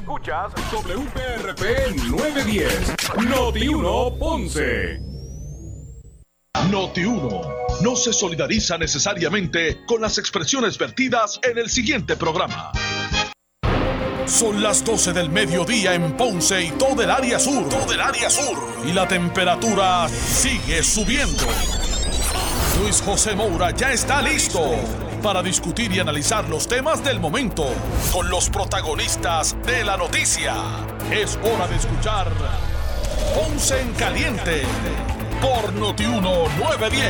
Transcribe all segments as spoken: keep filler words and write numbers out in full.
Escuchas W P R P nueve diez, Noti uno Ponce. Noti uno no se solidariza necesariamente con las expresiones vertidas en el siguiente programa. Son las doce del mediodía en Ponce y todo el área sur. Todo el área sur. Y la temperatura sigue subiendo. Luis José Moura ya está listo para discutir y analizar los temas del momento con los protagonistas de la noticia. Es hora de escuchar Ponce en Caliente por Noti uno nueve diez.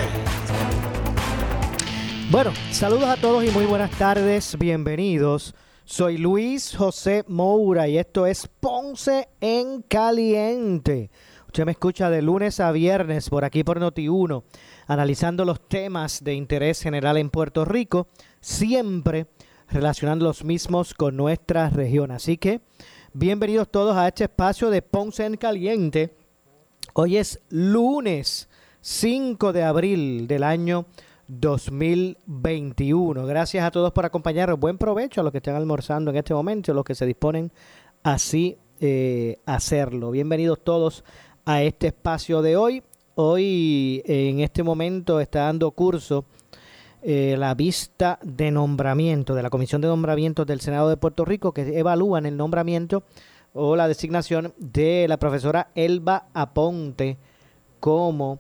Bueno, saludos a todos y muy buenas tardes, bienvenidos. Soy Luis José Moura y esto es Ponce en Caliente. Usted me escucha de lunes a viernes por aquí por Noti uno, analizando los temas de interés general en Puerto Rico, siempre relacionando los mismos con nuestra región. Así que, bienvenidos todos a este espacio de Ponce en Caliente. Hoy es lunes cinco de abril del año dos mil veintiuno. Gracias a todos por acompañarnos. Buen provecho a los que están almorzando en este momento, a los que se disponen así eh, hacerlo. Bienvenidos todos a este espacio de hoy. Hoy en este momento está dando curso eh, la vista de nombramiento de la Comisión de Nombramientos del Senado de Puerto Rico, que evalúan el nombramiento o la designación de la profesora Elba Aponte como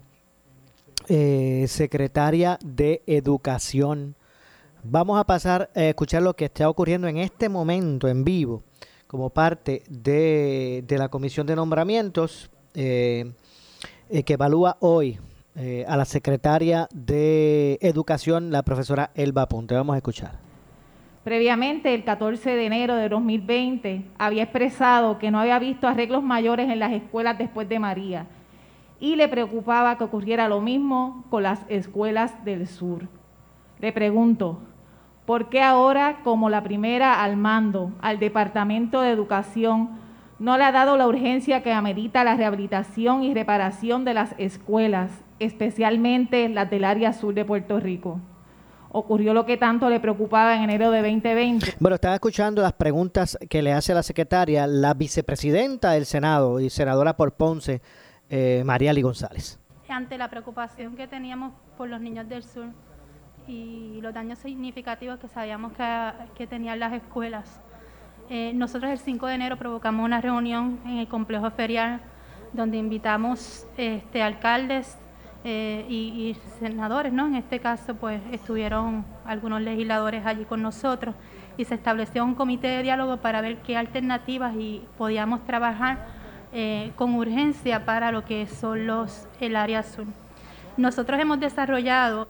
eh, secretaria de Educación. Vamos a pasar a escuchar lo que está ocurriendo en este momento en vivo como parte de, de la Comisión de Nombramientos eh, eh, que evalúa hoy eh, a la secretaria de Educación, la profesora Elba Aponte. Vamos a escuchar. Previamente, el catorce de enero de dos mil veinte, había expresado que no había visto arreglos mayores en las escuelas después de María y le preocupaba que ocurriera lo mismo con las escuelas del sur. Le pregunto, ¿por qué ahora, como la primera al mando, al Departamento de Educación, no le ha dado la urgencia que amerita la rehabilitación y reparación de las escuelas, especialmente las del área sur de Puerto Rico? Ocurrió lo que tanto le preocupaba en enero de veinte veinte. Bueno, estaba escuchando las preguntas que le hace la secretaria, la vicepresidenta del Senado y senadora por Ponce, eh, Mariali González. Ante la preocupación que teníamos por los niños del sur y los daños significativos que sabíamos que, que tenían las escuelas, eh, nosotros el cinco de enero provocamos una reunión en el complejo ferial donde invitamos este, alcaldes, Eh, y, y senadores, ¿no? En este caso, pues, estuvieron algunos legisladores allí con nosotros y se estableció un comité de diálogo para ver qué alternativas y podíamos trabajar eh, con urgencia para lo que son los el área sur. Nosotros hemos desarrollado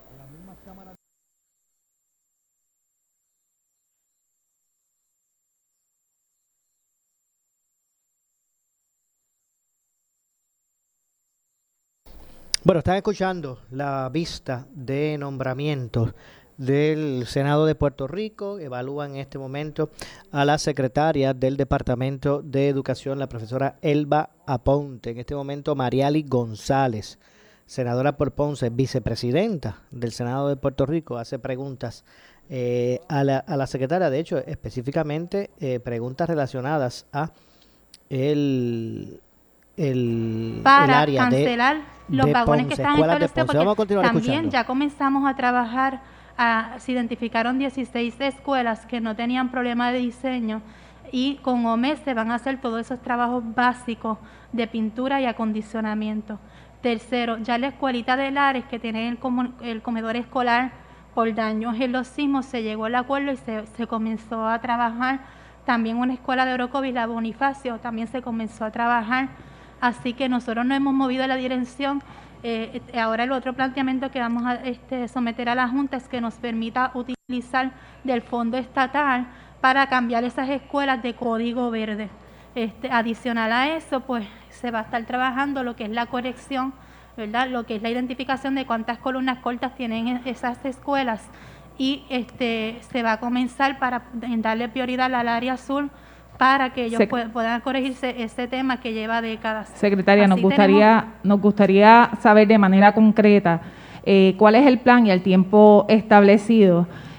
Bueno, están escuchando la vista de nombramientos del Senado de Puerto Rico. Evalúan en este momento a la secretaria del Departamento de Educación, la profesora Elba Aponte. En este momento, Mariali González, senadora por Ponce, vicepresidenta del Senado de Puerto Rico, hace preguntas eh, a, la, a la secretaria. De hecho, específicamente eh, preguntas relacionadas a el... El, para el área cancelar de, los de vagones Ponce, que están establecidos, porque Vamos a continuar también escuchando. Ya comenzamos a trabajar, a, se identificaron dieciséis escuelas que no tenían problema de diseño y con O M E se van a hacer todos esos trabajos básicos de pintura y acondicionamiento. Tercero, ya la escuelita de Lares que tiene el, com el comedor escolar por daños en los sismos se llegó al acuerdo y se, se comenzó a trabajar. También una escuela de Orocovis, la Bonifacio, también se comenzó a trabajar. Así que nosotros nos hemos movido a la dirección. Eh, ahora el otro planteamiento que vamos a este, someter a la Junta es que nos permita utilizar del fondo estatal para cambiar esas escuelas de código verde. Este, adicional a eso, pues se va a estar trabajando lo que es la corrección, ¿verdad? Lo que es la identificación de cuántas columnas cortas tienen esas escuelas y este, se va a comenzar para darle prioridad al área azul para que ellos Sec puedan corregirse ese tema que lleva décadas. Secretaria, Así nos gustaría, tenemos... nos gustaría saber de manera concreta eh, cuál es el plan y el tiempo establecido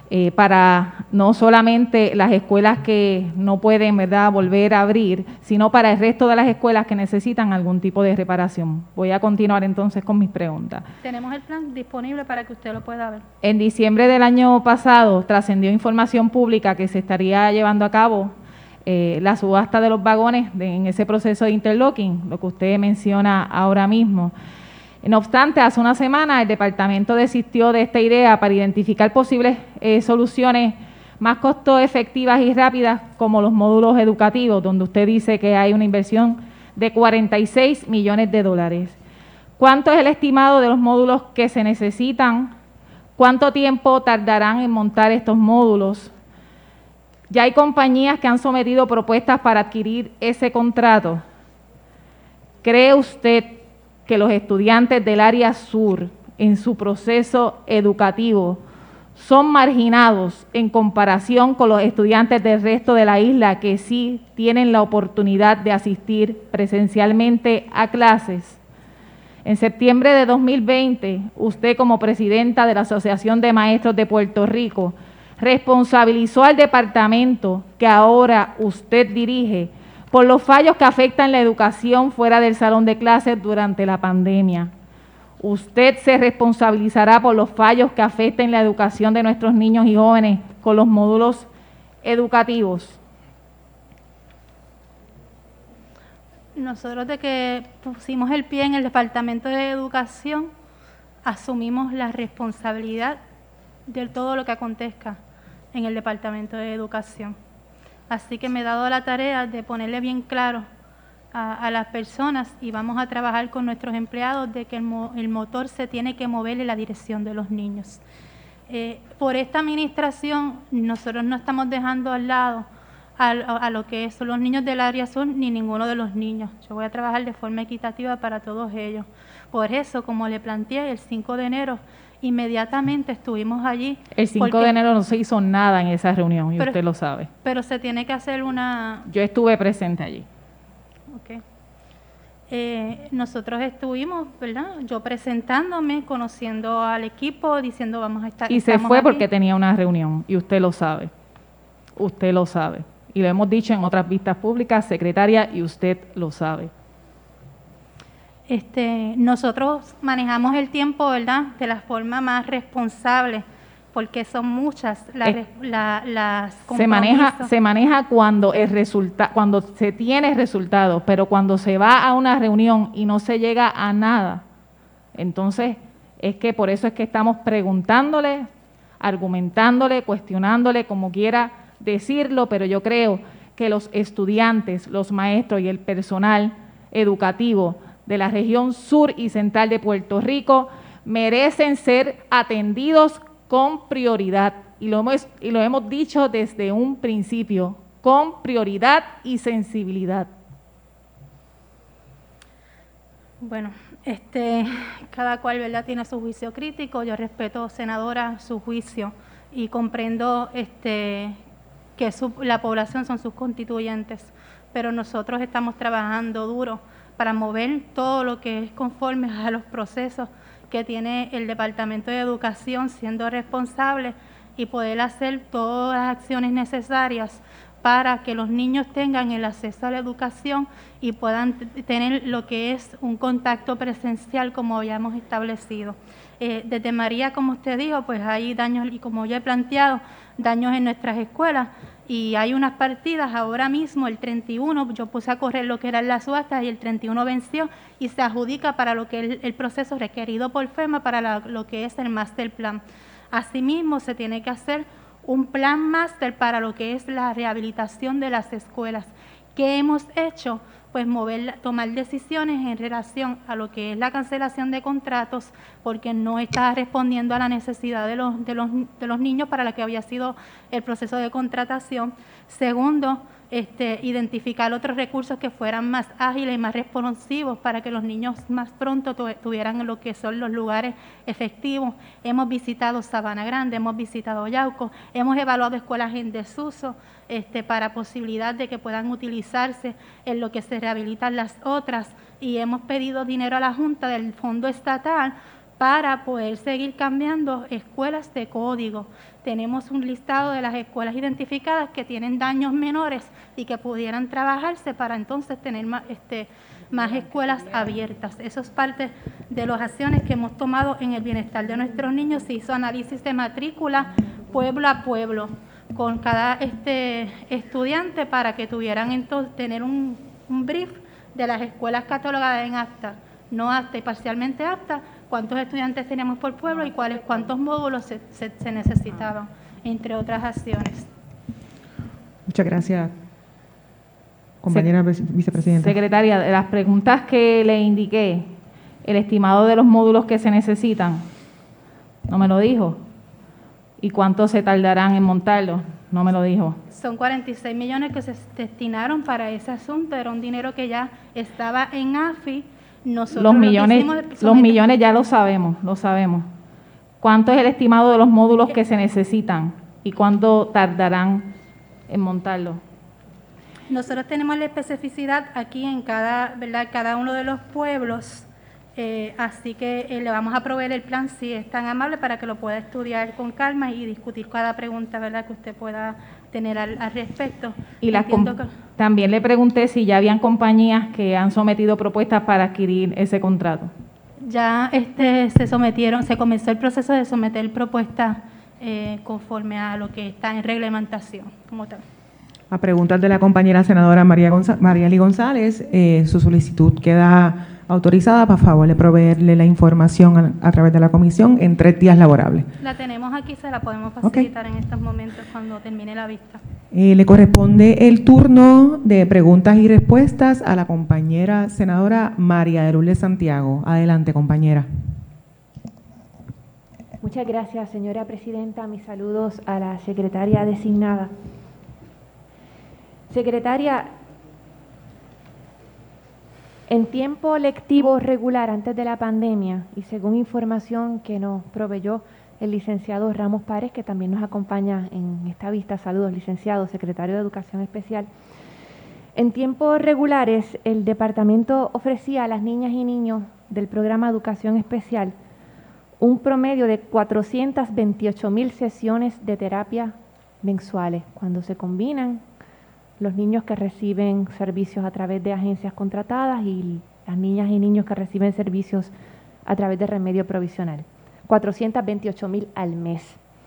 eh, para no solamente las escuelas que no pueden, ¿verdad?, volver a abrir, sino para el resto de las escuelas que necesitan algún tipo de reparación. Voy a continuar entonces con mis preguntas. Tenemos el plan disponible para que usted lo pueda ver. En diciembre del año pasado trascendió información pública que se estaría llevando a cabo eh, la subasta de los vagones de, en ese proceso de interlocking, lo que usted menciona ahora mismo. No obstante, hace una semana el departamento desistió de esta idea para identificar posibles eh, soluciones más costo efectivas y rápidas, como los módulos educativos, donde usted dice que hay una inversión de cuarenta y seis millones de dólares. ¿Cuánto es el estimado de los módulos que se necesitan? ¿Cuánto tiempo tardarán en montar estos módulos? Ya hay compañías que han sometido propuestas para adquirir ese contrato. ¿Cree usted que los estudiantes del área sur en su proceso educativo son marginados en comparación con los estudiantes del resto de la isla que sí tienen la oportunidad de asistir presencialmente a clases? En septiembre de dos mil veinte, usted como presidenta de la Asociación de Maestros de Puerto Rico responsabilizó al departamento que ahora usted dirige por los fallos que afectan la educación fuera del salón de clases durante la pandemia. Usted se responsabilizará por los fallos que afecten la educación de nuestros niños y jóvenes con los módulos educativos. Nosotros, de que pusimos el pie en el Departamento de Educación, asumimos la responsabilidad de todo lo que acontezca en el Departamento de Educación. Así que me he dado la tarea de ponerle bien claro a, a las personas, y vamos a trabajar con nuestros empleados de que el, mo, el motor se tiene que mover en la dirección de los niños. Eh, por esta administración, nosotros no estamos dejando al lado a, a, a lo que son los niños del área sur, ni ninguno de los niños. Yo voy a trabajar de forma equitativa para todos ellos. Por eso, como le planteé, el cinco de enero, inmediatamente estuvimos allí. El cinco porque, de enero no se hizo nada en esa reunión, y pero, usted lo sabe. Pero se tiene que hacer una... Yo estuve presente allí. Ok. Eh, nosotros estuvimos, ¿verdad? Yo presentándome, conociendo al equipo, diciendo vamos a estar... Y se fue aquí. porque tenía una reunión, y usted lo sabe. Usted lo sabe. Y lo hemos dicho en otras vistas públicas, secretaria, y usted lo sabe. Este, nosotros manejamos el tiempo, ¿verdad?, de la forma más responsable, porque son muchas las, eh, la, las se maneja se maneja cuando el resulta, cuando se tiene resultados, pero cuando se va a una reunión y no se llega a nada, entonces es que por eso es que estamos preguntándole, argumentándole, cuestionándole, como quiera decirlo, pero yo creo que los estudiantes, los maestros y el personal educativo de la región sur y central de Puerto Rico merecen ser atendidos con prioridad. Y lo hemos, y lo hemos dicho desde un principio, con prioridad y sensibilidad. Bueno, este, cada cual, ¿verdad?, tiene su juicio crítico. Yo respeto, senadora, su juicio, y comprendo este, que su, la población son sus constituyentes, pero nosotros estamos trabajando duro para mover todo lo que es conforme a los procesos que tiene el Departamento de Educación, siendo responsable, y poder hacer todas las acciones necesarias para que los niños tengan el acceso a la educación y puedan tener lo que es un contacto presencial como habíamos establecido. Eh, desde María, como usted dijo, pues hay daños, y como ya he planteado, daños en nuestras escuelas, y hay unas partidas ahora mismo, el treinta y uno, yo puse a correr lo que eran las subastas y el treinta y uno venció y se adjudica para lo que es el, el proceso requerido por FEMA para la, lo que es el master plan. Asimismo, se tiene que hacer un plan máster para lo que es la rehabilitación de las escuelas. ¿Qué hemos hecho? Pues mover, tomar decisiones en relación a lo que es la cancelación de contratos, porque no está respondiendo a la necesidad de los, de los, de los niños para la que había sido el proceso de contratación. Segundo, este, identificar otros recursos que fueran más ágiles y más responsivos para que los niños más pronto tu, tuvieran lo que son los lugares efectivos. Hemos visitado Sabana Grande, hemos visitado Yauco, hemos evaluado escuelas en desuso, Este, para posibilidad de que puedan utilizarse en lo que se rehabilitan las otras, y hemos pedido dinero a la Junta del Fondo Estatal para poder seguir cambiando escuelas de código. Tenemos un listado de las escuelas identificadas que tienen daños menores y que pudieran trabajarse para entonces tener más, este, más escuelas abiertas. Eso es parte de las acciones que hemos tomado en el bienestar de nuestros niños. Se hizo análisis de matrícula pueblo a pueblo con cada este, estudiante para que tuvieran entonces tener un, un brief de las escuelas catalogadas en apta, no apta y parcialmente apta, cuántos estudiantes teníamos por pueblo y cuáles cuántos módulos se, se, se necesitaban, entre otras acciones. Muchas gracias, compañera Se, vicepresidenta. Secretaria, de las preguntas que le indiqué, el estimado de los módulos que se necesitan, no me lo dijo. ¿Y cuánto se tardarán en montarlo? No me lo dijo. Son cuarenta y seis millones que se destinaron para ese asunto, era un dinero que ya estaba en A F I. Nosotros los millones, los millones ya lo sabemos, lo sabemos. ¿Cuánto es el estimado de los módulos que se necesitan y cuánto tardarán en montarlo? Nosotros tenemos la especificidad aquí en cada, ¿verdad? Cada uno de los pueblos, eh, así que eh, le vamos a proveer el plan si es tan amable para que lo pueda estudiar con calma y discutir cada pregunta, ¿verdad?, que usted pueda tener al, al respecto. Y las que... También le pregunté si ya habían compañías que han sometido propuestas para adquirir ese contrato. Ya este, se sometieron, se comenzó el proceso de someter propuestas eh, conforme a lo que está en reglamentación como tal. A preguntas de la compañera senadora María González, Mariely González, eh, su solicitud queda autorizada. Por favor, le proveerle la información a, a través de la comisión en tres días laborables. La tenemos aquí, se la podemos facilitar okay. en estos momentos cuando termine la vista. Eh, le corresponde el turno de preguntas y respuestas a la compañera senadora María de Lourdes Santiago. Adelante, compañera. Muchas gracias, señora presidenta. Mis saludos a la secretaria designada. Secretaria, en tiempo lectivo regular antes de la pandemia y según información que nos proveyó el licenciado Ramos Párez, que también nos acompaña en esta vista, saludos licenciado, secretario de Educación Especial, en tiempos regulares el departamento ofrecía a las niñas y niños del programa Educación Especial un promedio de cuatrocientas veintiocho mil sesiones de terapia mensuales. Cuando se combinan los niños que reciben servicios a través de agencias contratadas y las niñas y niños que reciben servicios a través de remedio provisional. cuatrocientas veintiocho mil al mes.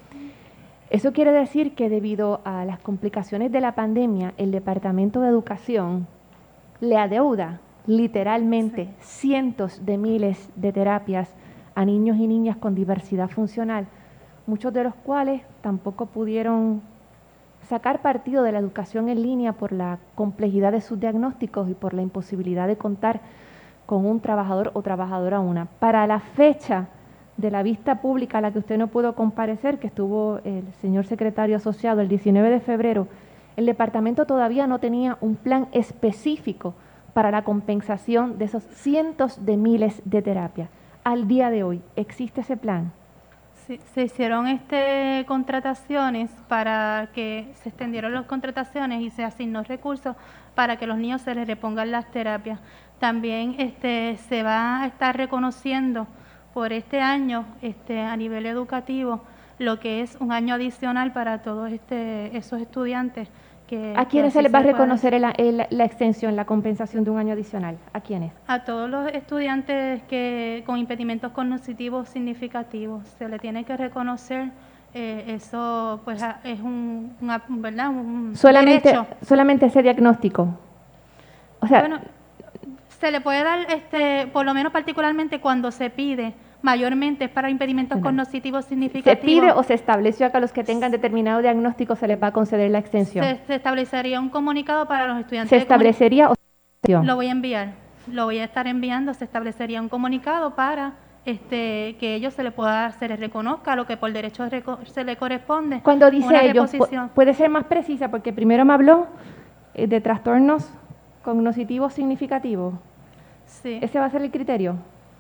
Eso quiere decir que debido a las complicaciones de la pandemia, el Departamento de Educación le adeuda literalmente sí. cientos de miles de terapias a niños y niñas con diversidad funcional, muchos de los cuales tampoco pudieron sacar partido de la educación en línea por la complejidad de sus diagnósticos y por la imposibilidad de contar con un trabajador o trabajadora una. Para la fecha de la vista pública a la que usted no pudo comparecer, que estuvo el señor secretario asociado el diecinueve de febrero, el departamento todavía no tenía un plan específico para la compensación de esos cientos de miles de terapias. Al día de hoy, ¿existe ese plan? Sí, se hicieron este contrataciones para que se extendieron las contrataciones y se asignó recursos para que los niños se les repongan las terapias. También este, se va a estar reconociendo por este año este, a nivel educativo lo que es un año adicional para todos este, esos estudiantes. Que, ¿A quiénes se les va a reconocer el, el, la extensión, la compensación de un año adicional? ¿A quiénes? A todos los estudiantes que con impedimentos cognitivos significativos. Se le tiene que reconocer, eh, eso pues es un, una, ¿verdad? un solamente, derecho. Solamente ese diagnóstico. O sea, bueno, se le puede dar, este, por lo menos particularmente cuando se pide, mayormente es para impedimentos no. cognitivos significativos. ¿Se pide o se estableció que a los que tengan determinado diagnóstico se les va a conceder la extensión? Se, se establecería un comunicado para los estudiantes. ¿Se establecería o se Lo voy a enviar, lo voy a estar enviando, se establecería un comunicado para este, que ellos se les pueda, se les reconozca lo que por derecho se le corresponde. Cuando dice ellos, puede ser más precisa, porque primero me habló eh, de trastornos cognitivos significativos. Sí. ¿Ese va a ser el criterio?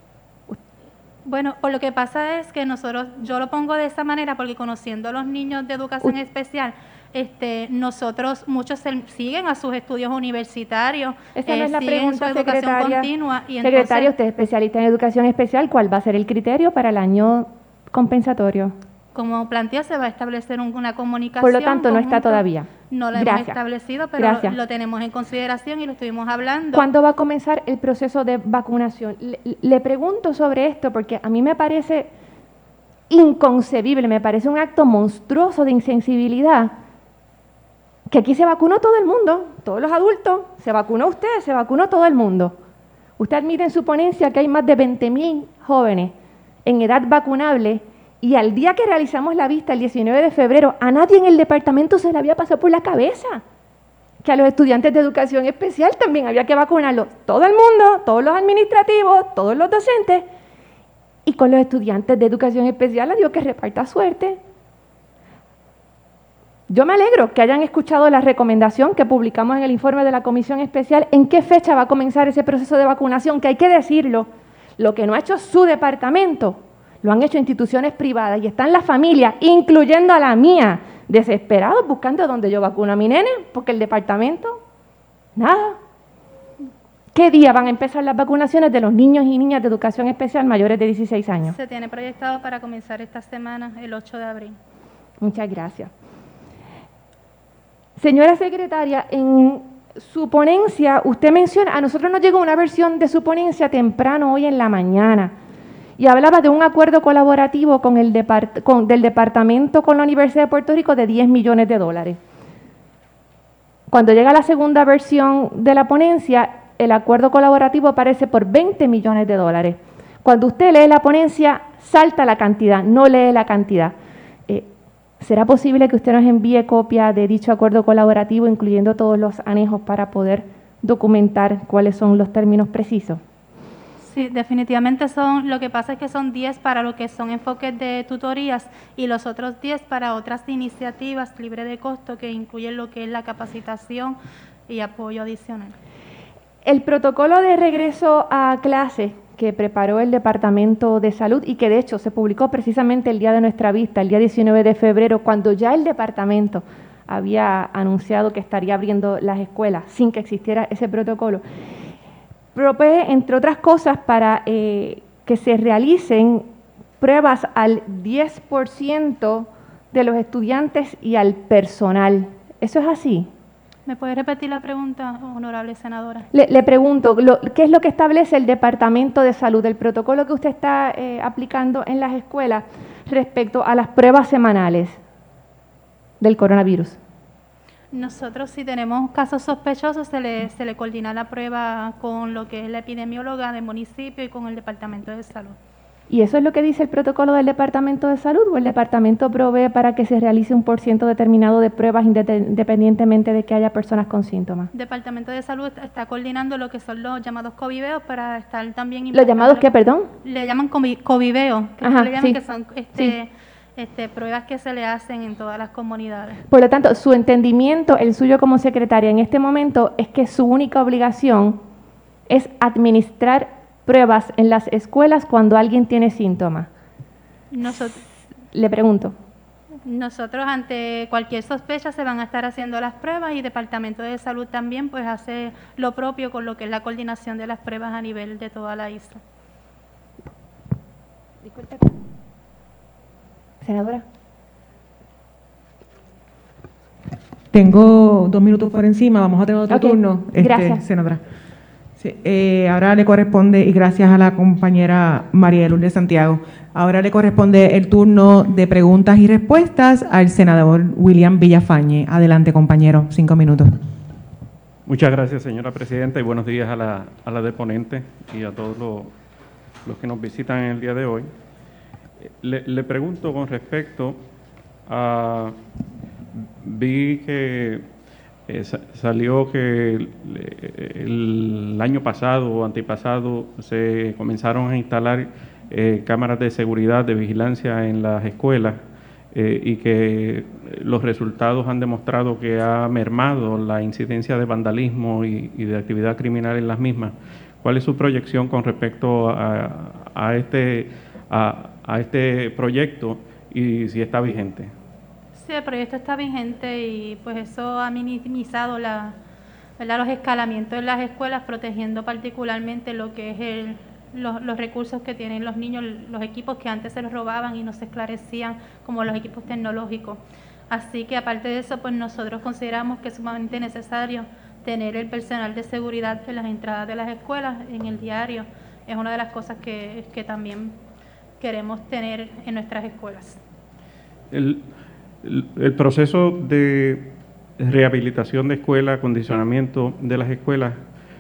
Bueno, por lo que pasa es que nosotros, yo lo pongo de esa manera porque conociendo a los niños de educación uh. especial, Este, nosotros, muchos se, siguen a sus estudios universitarios, Esa no eh, es la siguen pregunta, su educación secretaria. continua. Y Secretaria, entonces, usted es especialista en educación especial, ¿cuál va a ser el criterio para el año compensatorio? como plantea, se va a establecer un- una comunicación. Por lo tanto, no conjunta. está todavía. No la Gracias. hemos establecido, pero Gracias. lo tenemos en consideración y lo estuvimos hablando. ¿Cuándo va a comenzar el proceso de vacunación? Le, le pregunto sobre esto porque a mí me parece inconcebible, me parece un acto monstruoso de insensibilidad que aquí se vacunó todo el mundo, todos los adultos, se vacunó usted, se vacunó todo el mundo. Usted admite en su ponencia que hay más de veinte mil jóvenes en edad vacunable y al día que realizamos la vista, el diecinueve de febrero, a nadie en el departamento se le había pasado por la cabeza que a los estudiantes de educación especial también había que vacunarlos. Todo el mundo, todos los administrativos, todos los docentes, y con los estudiantes de educación especial les digo que reparta suerte. Yo me alegro que hayan escuchado la recomendación que publicamos en el informe de la Comisión Especial. ¿En qué fecha va a comenzar ese proceso de vacunación? Que hay que decirlo, lo que no ha hecho su departamento, lo han hecho instituciones privadas y están las familias, incluyendo a la mía, desesperados buscando dónde yo vacuno a mi nene, porque el departamento, nada. ¿Qué día van a empezar las vacunaciones de los niños y niñas de educación especial mayores de dieciséis años? Se tiene proyectado para comenzar esta semana, el ocho de abril. Muchas gracias. Señora secretaria, en su ponencia, usted menciona, a nosotros nos llegó una versión de su ponencia temprano hoy en la mañana y hablaba de un acuerdo colaborativo con el depart con, del departamento con la Universidad de Puerto Rico de diez millones de dólares. Cuando llega la segunda versión de la ponencia, el acuerdo colaborativo aparece por veinte millones de dólares. Cuando usted lee la ponencia, salta la cantidad, no lee la cantidad. Eh, ¿Será posible que usted nos envíe copia de dicho acuerdo colaborativo, incluyendo todos los anejos, para poder documentar cuáles son los términos precisos? Sí, definitivamente son, lo que pasa es que son diez para lo que son enfoques de tutorías y los otros diez para otras iniciativas libre de costo que incluyen lo que es la capacitación y apoyo adicional. El protocolo de regreso a clase que preparó el Departamento de Salud y que de hecho se publicó precisamente el día de nuestra vista, el día diecinueve de febrero, cuando ya el departamento había anunciado que estaría abriendo las escuelas sin que existiera ese protocolo, provee, entre otras cosas, para eh, que se realicen pruebas al diez por ciento de los estudiantes y al personal. ¿Eso es así? ¿Me puede repetir la pregunta, honorable senadora? Le, le pregunto, lo, ¿qué es lo que establece el Departamento de Salud, el protocolo que usted está eh, aplicando en las escuelas respecto a las pruebas semanales del coronavirus? Nosotros, si tenemos casos sospechosos, se le, se le coordina la prueba con lo que es la epidemióloga del municipio y con el Departamento de Salud. ¿Y eso es lo que dice el protocolo del Departamento de Salud o el Departamento provee para que se realice un por ciento determinado de pruebas independientemente de que haya personas con síntomas? El Departamento de Salud está, está coordinando lo que son los llamados coviveos para estar también... ¿Los llamados qué, perdón? Le llaman coviveos, que, Ajá, le llaman sí, que son este, sí. este, pruebas que se le hacen en todas las comunidades. Por lo tanto, su entendimiento, el suyo como secretaria en este momento, es que su única obligación es administrar pruebas en las escuelas cuando alguien tiene síntomas. Nosotros, Le pregunto. nosotros ante cualquier sospecha se van a estar haciendo las pruebas y el Departamento de Salud también pues hace lo propio con lo que es la coordinación de las pruebas a nivel de toda la isla. Disculpe. Senadora. Tengo dos minutos por encima, vamos a tener otro Okay. turno. Este, Gracias. Senadora. Sí, eh, ahora le corresponde, y gracias a la compañera María de Lourdes Santiago, ahora le corresponde el turno de preguntas y respuestas al senador William Villafañe. Adelante, compañero, cinco minutos. Muchas gracias, señora presidenta, y buenos días a la, a la deponente y a todos los, los que nos visitan en el día de hoy. Le, le pregunto con respecto a... Vi que Eh, salió que el, el año pasado o antepasado se comenzaron a instalar eh, cámaras de seguridad, de vigilancia en las escuelas eh, y que los resultados han demostrado que ha mermado la incidencia de vandalismo y, y de actividad criminal en las mismas. ¿Cuál es su proyección con respecto a, a, este, a, a este proyecto y si está vigente? Sí, el proyecto está vigente y pues eso ha minimizado la, ¿verdad? los escalamientos en las escuelas, protegiendo particularmente lo que es el, los, los recursos que tienen los niños, los equipos que antes se los robaban y no se esclarecían, como los equipos tecnológicos. Así que aparte de eso, pues nosotros consideramos que es sumamente necesario tener el personal de seguridad en las entradas de las escuelas, en el diario. Es una de las cosas que, que también queremos tener en nuestras escuelas. El, el, el proceso de rehabilitación de escuelas, acondicionamiento de las escuelas,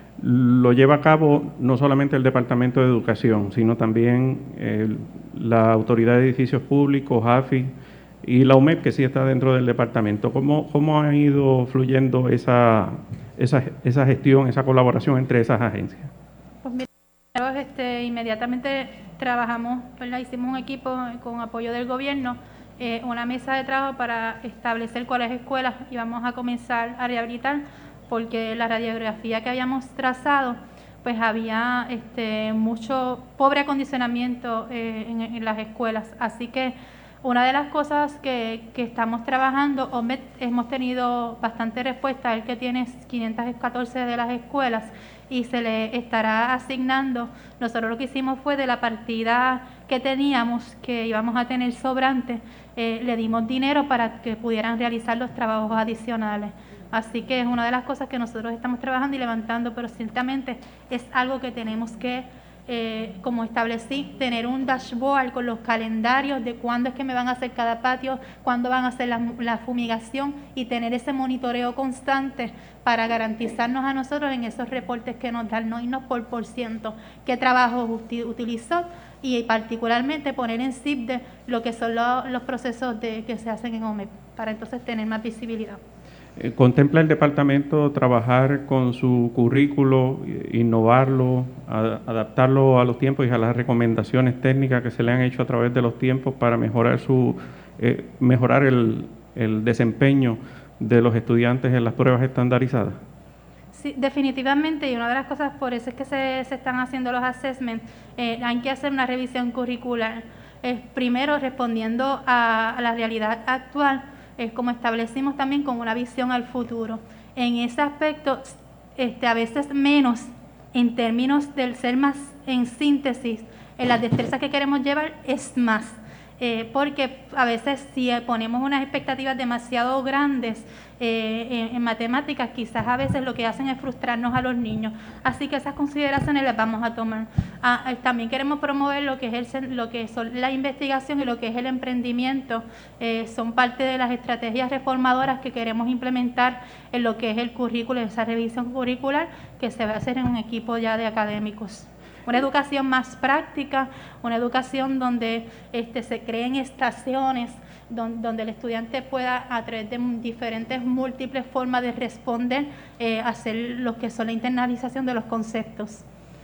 lo lleva a cabo no solamente el Departamento de Educación, sino también el, la Autoridad de Edificios Públicos, A F I, y la U M E P, que sí está dentro del departamento. ¿Cómo, cómo ha ido fluyendo esa, esa, esa gestión, esa colaboración entre esas agencias? Pues mira, este, inmediatamente trabajamos, ¿verdad? Hicimos un equipo con apoyo del gobierno, eh, una mesa de trabajo para establecer cuáles escuelas íbamos a comenzar a rehabilitar, porque la radiografía que habíamos trazado, pues había este, mucho pobre acondicionamiento eh, en, en las escuelas. Así que una de las cosas que, que estamos trabajando, O M E T, hemos tenido bastante respuesta, el que tiene quinientas catorce de las escuelas y se le estará asignando. Nosotros lo que hicimos fue de la partida que teníamos, que íbamos a tener sobrante, eh, le dimos dinero para que pudieran realizar los trabajos adicionales. Así que es una de las cosas que nosotros estamos trabajando y levantando, pero ciertamente es algo que tenemos que Eh, como establecí, tener un dashboard con los calendarios de cuándo es que me van a hacer cada patio, cuándo van a hacer la, la fumigación y tener ese monitoreo constante para garantizarnos a nosotros en esos reportes que nos dan, no irnos por por ciento, qué trabajo uti utilizó y particularmente poner en C I P D lo que son lo, los procesos de, que se hacen en O M E P para entonces tener más visibilidad. ¿Contempla el departamento trabajar con su currículo, innovarlo, adaptarlo a los tiempos y a las recomendaciones técnicas que se le han hecho a través de los tiempos para mejorar su eh, mejorar el, el desempeño de los estudiantes en las pruebas estandarizadas? Sí, definitivamente, y una de las cosas por eso es que se, se están haciendo los assessments, eh, hay que hacer una revisión curricular, eh, primero respondiendo a, a la realidad actual, es como establecimos también con una visión al futuro. En ese aspecto, este, a veces menos en términos del ser más en síntesis, en las destrezas que queremos llevar es más. Eh, porque a veces si ponemos unas expectativas demasiado grandes eh, en, en matemáticas, quizás a veces lo que hacen es frustrarnos a los niños. Así que esas consideraciones las vamos a tomar. Ah, también queremos promover lo que es el, lo que son la investigación y lo que es el emprendimiento. Eh, son parte de las estrategias reformadoras que queremos implementar en lo que es el currículo, esa revisión curricular que se va a hacer en un equipo ya de académicos. Una educación más práctica, una educación donde este, se creen estaciones, donde, donde el estudiante pueda, a través de diferentes múltiples formas de responder, eh, hacer lo que son la internalización de los conceptos.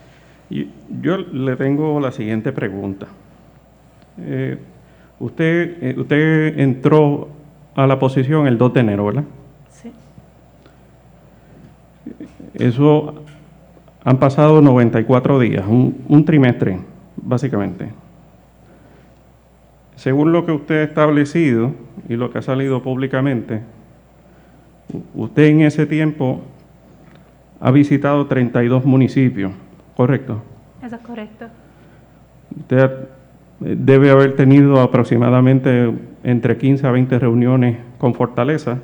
Y yo le tengo la siguiente pregunta. Eh, usted, eh, usted entró a la posición el dos de enero, ¿verdad? Sí. Eso... Han pasado noventa y cuatro días, un, un trimestre, básicamente. Según lo que usted ha establecido y lo que ha salido públicamente, usted en ese tiempo ha visitado treinta y dos municipios, ¿correcto? Eso es correcto. Usted ha, debe haber tenido aproximadamente entre quince a veinte reuniones con Fortaleza.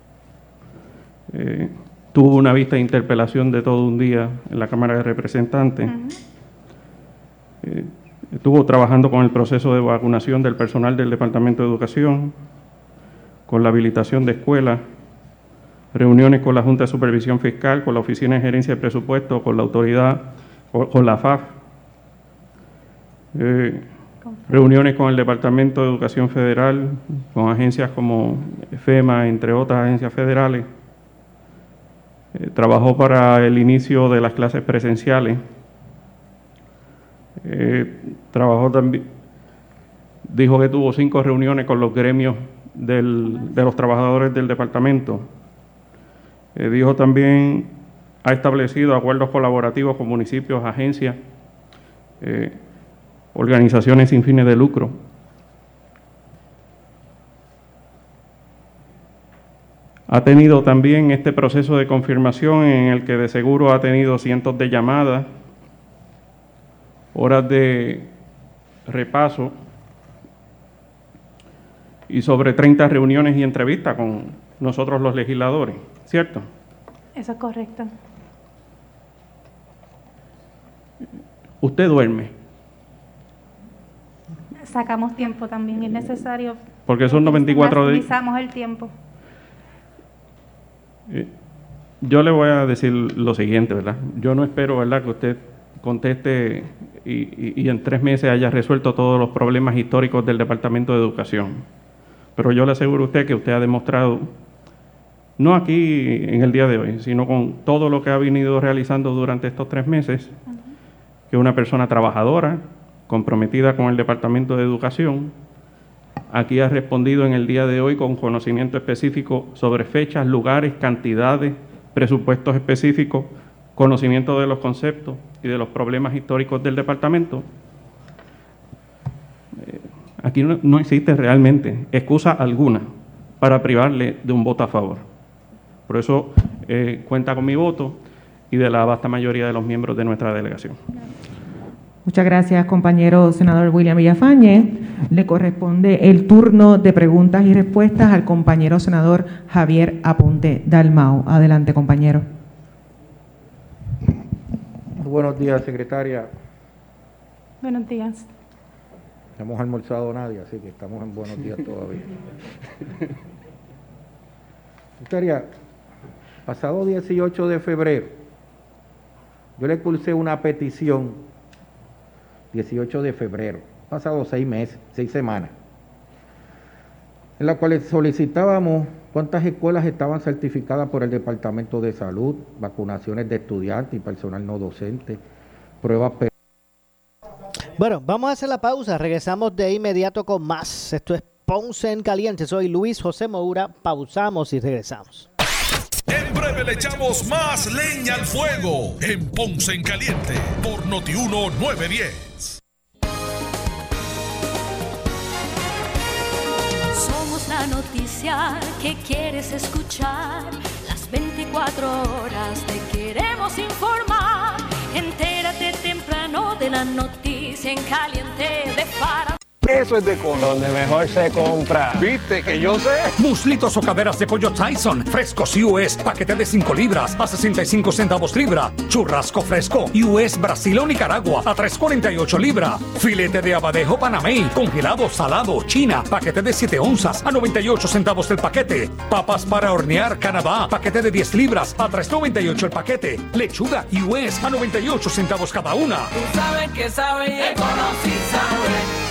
Eh, Tuvo una vista de interpelación de todo un día en la Cámara de Representantes. Uh-huh. eh, estuvo trabajando con el proceso de vacunación del personal del Departamento de Educación, con la habilitación de escuelas, reuniones con la Junta de Supervisión Fiscal, con la Oficina de Gerencia de Presupuesto, con la autoridad, con, con la F A F, eh, reuniones con el Departamento de Educación Federal, con agencias como FEMA, entre otras agencias federales. Eh, trabajó para el inicio de las clases presenciales. Eh, trabajó también, dijo que tuvo cinco reuniones con los gremios del, de los trabajadores del departamento. Eh, dijo también, ha establecido acuerdos colaborativos con municipios, agencias, eh, organizaciones sin fines de lucro. Ha tenido también este proceso de confirmación en el que de seguro ha tenido cientos de llamadas, horas de repaso y sobre treinta reuniones y entrevistas con nosotros los legisladores, ¿cierto? Eso es correcto. ¿Usted duerme? Sacamos tiempo también, es necesario. Porque son noventa y cuatro días. Maximizamos el tiempo. Yo le voy a decir lo siguiente, ¿verdad? Yo no espero, ¿verdad?, que usted conteste y, y, y en tres meses haya resuelto todos los problemas históricos del Departamento de Educación. Pero yo le aseguro a usted que usted ha demostrado, no aquí en el día de hoy, sino con todo lo que ha venido realizando durante estos tres meses, uh-huh, que una persona trabajadora, comprometida con el Departamento de Educación, aquí ha respondido en el día de hoy con conocimiento específico sobre fechas, lugares, cantidades, presupuestos específicos, conocimiento de los conceptos y de los problemas históricos del departamento. Eh, aquí no, no existe realmente excusa alguna para privarle de un voto a favor. Por eso eh, cuenta con mi voto y de la vasta mayoría de los miembros de nuestra delegación. Muchas gracias, compañero senador William Villafañe. Le corresponde el turno de preguntas y respuestas al compañero senador Javier Aponte Dalmau. Adelante, compañero. Buenos días, secretaria. Buenos días. No hemos almorzado nadie, así que estamos en buenos días todavía. Secretaria, pasado dieciocho de febrero, yo le cursé una petición, dieciocho de febrero, pasado seis meses, seis semanas, en la cual solicitábamos cuántas escuelas estaban certificadas por el Departamento de Salud, vacunaciones de estudiantes y personal no docente, pruebas. Bueno, vamos a hacer la pausa, regresamos de inmediato con más. Esto es Ponce en Caliente, soy Luis José Moura, pausamos y regresamos. En breve le echamos más leña al fuego en Ponce en Caliente por Noti uno nueve diez. Somos la noticia que quieres escuchar. Las veinticuatro horas te queremos informar. Entérate temprano de la noticia en Caliente de Para. Eso es de Con, donde mejor se compra. ¿Viste que yo sé? Muslitos o caderas de pollo Tyson, frescos U S, paquete de cinco libras a sesenta y cinco centavos libra. Churrasco fresco U S Brasil o Nicaragua a tres cuarenta y ocho libra. Filete de abadejo Panamey, congelado, salado, China, paquete de siete onzas a noventa y ocho centavos el paquete. Papas para hornear Canadá, paquete de diez libras a tres noventa y ocho el paquete. Lechuga U S a noventa y ocho centavos cada una. Tú sabes que sabes y conocí sabe.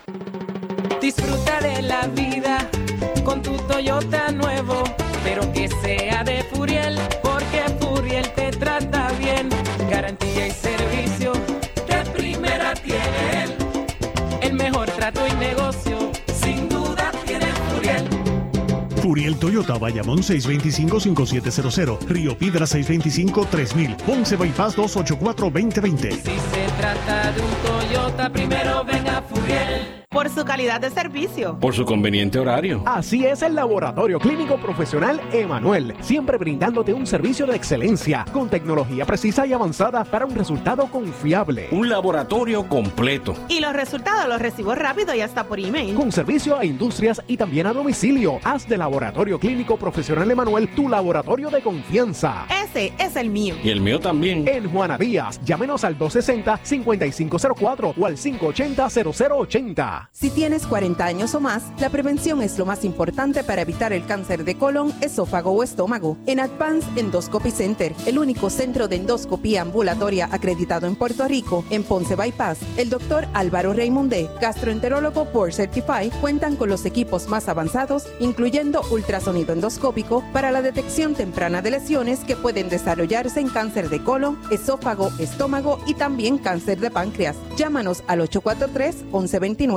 Disfruta de la vida con tu Toyota nuevo, pero que sea de Furiel, porque Furiel te trata bien. Garantía y servicio de primera tiene él. El mejor trato y negocio, sin duda tiene Furiel. Furiel Toyota, Bayamón seis dos cinco, cinco siete cero cero, Río Piedra seis dos cinco, tres mil, Ponce Bypass dos ocho cuatro, dos cero dos cero. Si se trata de un Toyota, primero venga Furiel. Por su calidad de servicio. Por su conveniente horario. Así es el Laboratorio Clínico Profesional Emanuel, siempre brindándote un servicio de excelencia, con tecnología precisa y avanzada para un resultado confiable. Un laboratorio completo. Y los resultados los recibo rápido y hasta por email. Con servicio a industrias y también a domicilio. Haz de Laboratorio Clínico Profesional Emanuel tu laboratorio de confianza. Ese es el mío. Y el mío también. En Juana Díaz, llámenos al dos sesenta, cincuenta y cinco cero cuatro o al cinco ochenta, cero cero ochenta. Si tienes cuarenta años o más, la prevención es lo más importante para evitar el cáncer de colon, esófago o estómago. En Advance Endoscopy Center, el único centro de endoscopía ambulatoria acreditado en Puerto Rico, en Ponce Bypass, el doctor Álvaro Raymondé, gastroenterólogo Board Certified, cuentan con los equipos más avanzados, incluyendo ultrasonido endoscópico para la detección temprana de lesiones que pueden desarrollarse en cáncer de colon, esófago, estómago y también cáncer de páncreas. Llámanos al ocho cuatro tres, once veintinueve.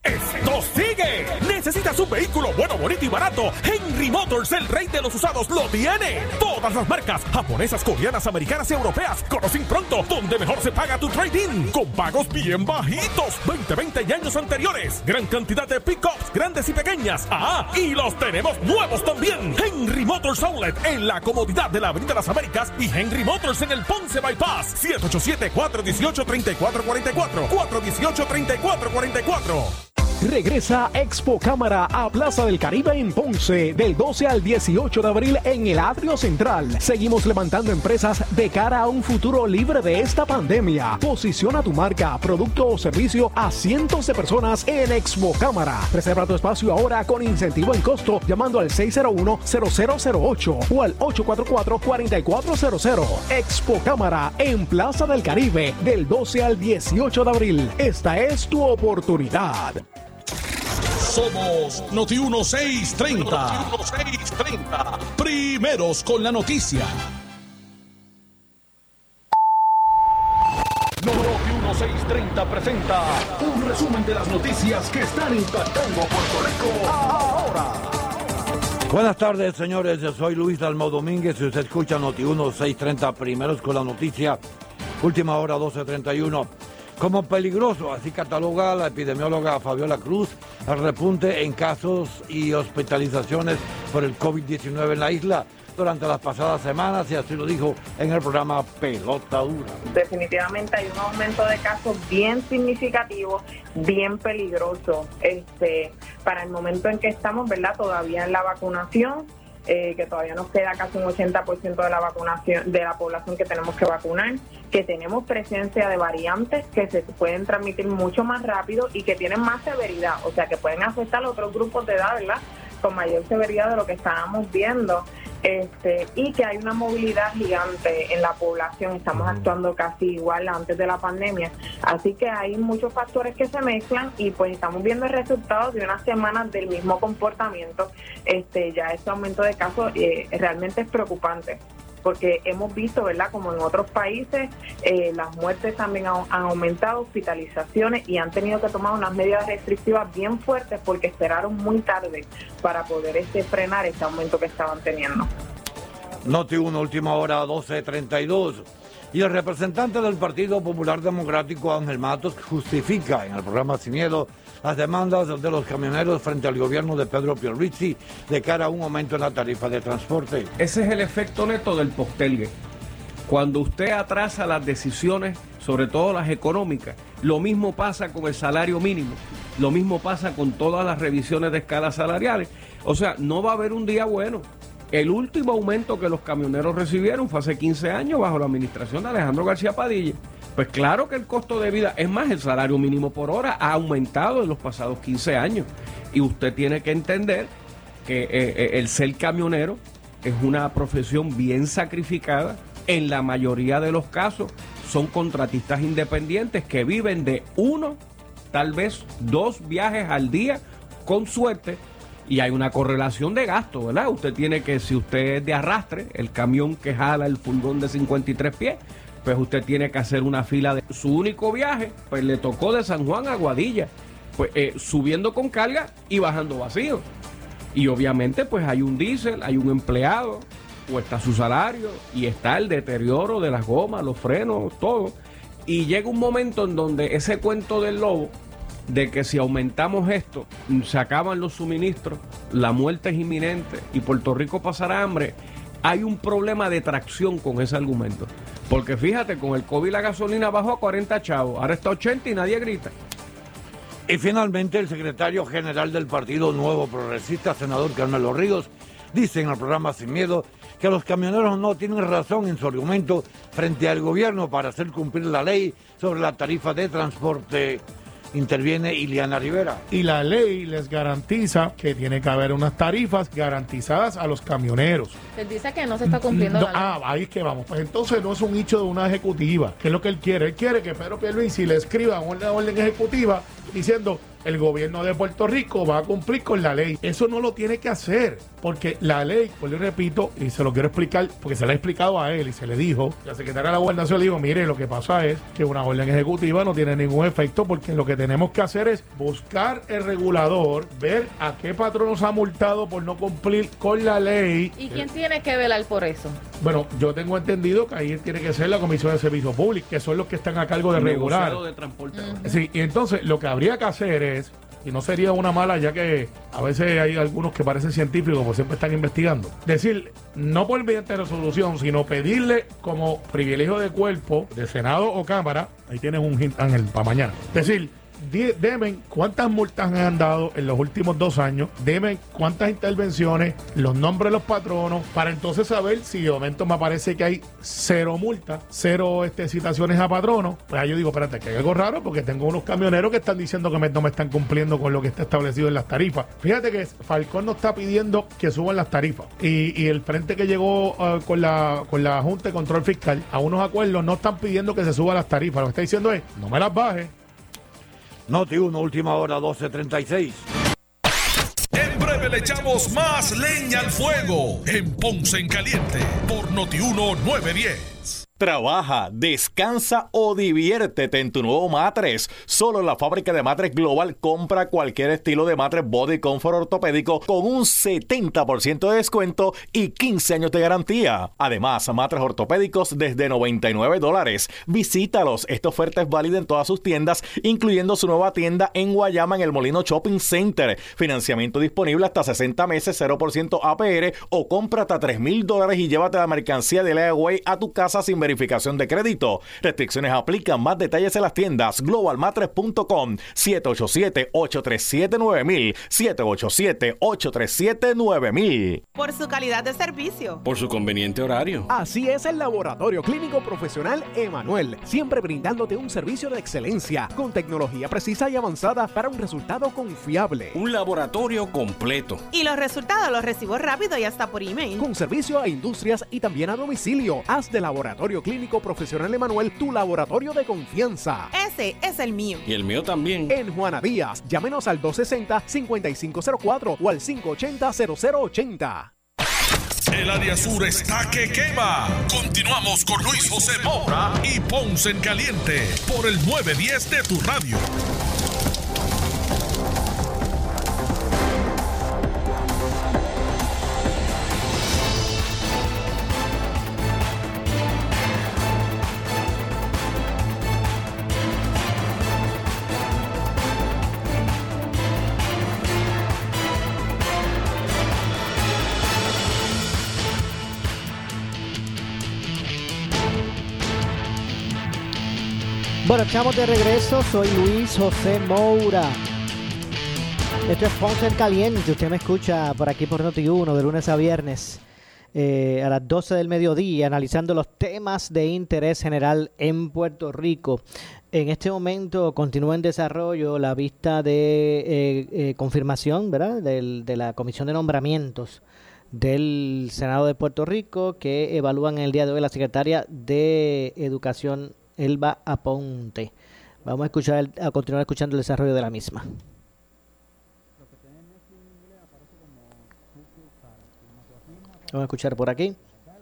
¡Esto sigue! ¿Necesitas un vehículo bueno, bonito y barato? Henry Motors, el rey de los usados, lo tiene. Todas las marcas, japonesas, coreanas, americanas y europeas. Conocen pronto donde mejor se paga tu trading. Con pagos bien bajitos. veinte, veinte y años anteriores. Gran cantidad de pick-ups, grandes y pequeñas. Ah, y los tenemos nuevos también. Henry Motors Outlet, en la comodidad de la Avenida Las Américas. Y Henry Motors en el Ponce Bypass. siete ocho siete, cuatro uno ocho, tres cuatro cuatro cuatro. cuatro uno ocho, tres cuatro cuatro cuatro. Regresa Expo Cámara a Plaza del Caribe en Ponce del doce al dieciocho de abril en el Atrio Central. Seguimos levantando empresas de cara a un futuro libre de esta pandemia. Posiciona tu marca, producto o servicio a cientos de personas en Expo Cámara. Reserva tu espacio ahora con incentivo en costo llamando al seis cero uno, cero cero cero ocho o al ocho cuatro cuatro, cuatro cuatro cero cero. Expo Cámara en Plaza del Caribe del doce al dieciocho de abril. Esta es tu oportunidad. Somos Noti uno seiscientos treinta. Noti uno seiscientos treinta. Primeros con la noticia. Noti uno seiscientos treinta presenta un resumen de las noticias que están impactando Puerto Rico ahora. Buenas tardes, señores. Yo soy Luis Dalmau Domínguez y usted escucha Noti uno seiscientos treinta. Primeros con la noticia. Última hora doce treinta y uno. Como peligroso, así cataloga la epidemióloga Fabiola Cruz el repunte en casos y hospitalizaciones por el COVID diecinueve en la isla durante las pasadas semanas, y así lo dijo en el programa Pelota Dura. Definitivamente hay un aumento de casos bien significativo, bien peligroso. Este, para el momento en que estamos, ¿verdad? Todavía en la vacunación, Eh, que todavía nos queda casi un ochenta por ciento de la vacunación de la población que tenemos que vacunar, que tenemos presencia de variantes que se pueden transmitir mucho más rápido y que tienen más severidad, o sea que pueden afectar a otros grupos de edad, ¿verdad?, con mayor severidad de lo que estábamos viendo, este y que hay una movilidad gigante en la población. Estamos actuando casi igual antes de la pandemia, así que hay muchos factores que se mezclan y pues estamos viendo el resultado de unas semanas del mismo comportamiento. Este ya este aumento de casos eh, realmente es preocupante, porque hemos visto, ¿verdad?, como en otros países, eh, las muertes también han, han aumentado, hospitalizaciones, y han tenido que tomar unas medidas restrictivas bien fuertes porque esperaron muy tarde para poder este, frenar este aumento que estaban teniendo. Noti uno, última hora, doce treinta y dos. Y el representante del Partido Popular Democrático, Ángel Matos, justifica en el programa Sin Miedo las demandas de los camioneros frente al gobierno de Pedro Pierluisi de cara a un aumento en la tarifa de transporte. Ese es el efecto neto del postergue. Cuando usted atrasa las decisiones, sobre todo las económicas, lo mismo pasa con el salario mínimo, lo mismo pasa con todas las revisiones de escalas salariales. O sea, no va a haber un día bueno. El último aumento que los camioneros recibieron fue hace quince años bajo la administración de Alejandro García Padilla. Pues claro que el costo de vida, es más, el salario mínimo por hora ha aumentado en los pasados quince años. Y usted tiene que entender que eh, el ser camionero es una profesión bien sacrificada. En la mayoría de los casos son contratistas independientes que viven de uno, tal vez dos viajes al día, con suerte. Y hay una correlación de gasto, ¿verdad? Usted tiene que, si usted es de arrastre, el camión que jala el furgón de cincuenta y tres pies, pues usted tiene que hacer una fila de su único viaje, pues le tocó de San Juan a Aguadilla, pues eh, subiendo con carga y bajando vacío. Y obviamente pues hay un diésel, hay un empleado, o está su salario, y está el deterioro de las gomas, los frenos, todo. Y llega un momento en donde ese cuento del lobo, de que si aumentamos esto, se acaban los suministros, la muerte es inminente y Puerto Rico pasará hambre, hay un problema de tracción con ese argumento. Porque fíjate, con el COVID la gasolina bajó a cuarenta chavos, ahora está a ochenta y nadie grita. Y finalmente el secretario general del Partido Nuevo Progresista, senador Carmelo Ríos, dice en el programa Sin Miedo que los camioneros no tienen razón en su argumento frente al gobierno para hacer cumplir la ley sobre la tarifa de transporte. Interviene Iliana Rivera. Y la ley les garantiza que tiene que haber unas tarifas garantizadas a los camioneros. Él dice que no se está cumpliendo no, la ley. Ah, ahí es que vamos. Pues entonces no es un hecho de una ejecutiva, que es lo que él quiere. Él quiere que Pedro Pierluisi le escriba una orden ejecutiva diciendo el gobierno de Puerto Rico va a cumplir con la ley. Eso no lo tiene que hacer, porque la ley, pues le repito, y se lo quiero explicar, porque se le ha explicado a él y se le dijo, la secretaria de la Gobernación le dijo, mire, lo que pasa es que una orden ejecutiva no tiene ningún efecto, porque lo que tenemos que hacer es buscar el regulador, ver a qué patronos ha multado por no cumplir con la ley. ¿Y quién tiene que velar por eso? Bueno, yo tengo entendido que ahí tiene que ser la Comisión de Servicios Públicos, que son los que están a cargo de regular. Negociado de transporte. Uh-huh. Sí, y entonces lo que habría que hacer es, y no sería una mala, ya que a veces hay algunos que parecen científicos, pues siempre están investigando, decir, no por mediante resolución, sino pedirle como privilegio de cuerpo, de Senado o Cámara, ahí tienes un hint, Ángel, para mañana, decir, deme cuántas multas han dado en los últimos dos años, deme cuántas intervenciones, los nombres de los patronos, para entonces saber si de momento me parece que hay cero multas, cero este, citaciones a patronos. Pues ahí yo digo, espérate, que hay algo raro, porque tengo unos camioneros que están diciendo que me, no me están cumpliendo con lo que está establecido en las tarifas. Fíjate que Falcón no está pidiendo que suban las tarifas, y, y el frente que llegó uh, con, la, con la Junta de Control Fiscal a unos acuerdos no están pidiendo que se suban las tarifas. Lo que está diciendo es, no me las baje. Noti uno, última hora, doce treinta y seis. En breve le echamos más leña al fuego en Ponce en Caliente por Noti uno nueve diez. Trabaja, descansa o diviértete en tu nuevo matres. Solo en la fábrica de matres Global compra cualquier estilo de matres Body Comfort ortopédico con un setenta por ciento de descuento y quince años de garantía. Además, matres ortopédicos desde noventa y nueve dólares. Visítalos. Esta oferta es válida en todas sus tiendas, incluyendo su nueva tienda en Guayama en el Molino Shopping Center. Financiamiento disponible hasta sesenta meses, cero por ciento A P R o compra hasta tres mil dólares y llévate la mercancía de Layaway a tu casa sin verificación de crédito. Restricciones aplican. Más detalles en las tiendas global matres punto com. siete ocho siete, ocho tres siete, nueve mil. siete ocho siete, ocho tres siete, nueve mil. Por su calidad de servicio. Por su conveniente horario. Así es el Laboratorio Clínico Profesional Emanuel, siempre brindándote un servicio de excelencia con tecnología precisa y avanzada para un resultado confiable. Un laboratorio completo. Y los resultados los recibo rápido y hasta por email. Con servicio a industrias y también a domicilio. Haz de Laboratorio Clínico Profesional Emanuel tu laboratorio de confianza. Ese es el mío. Y el mío también. En Juana Díaz, llámenos al dos sesenta, cincuenta y cinco cero cuatro o al cinco ochenta, cero cero ochenta. El área sur está que quema. Continuamos con Luis José Moura y Ponce en Caliente por el nueve diez de tu radio. Bueno, estamos de regreso. Soy Luis José Moura. Esto es Ponce en Caliente. Usted me escucha por aquí por Noti uno de lunes a viernes eh, a las doce del mediodía, analizando los temas de interés general en Puerto Rico. En este momento continúa en desarrollo la vista de eh, eh, confirmación, ¿verdad?, Del, de la Comisión de Nombramientos del Senado de Puerto Rico, que evalúan el día de hoy la secretaria de Educación, Elba Aponte. Vamos a escuchar, a continuar escuchando el desarrollo de la misma. Vamos a escuchar por aquí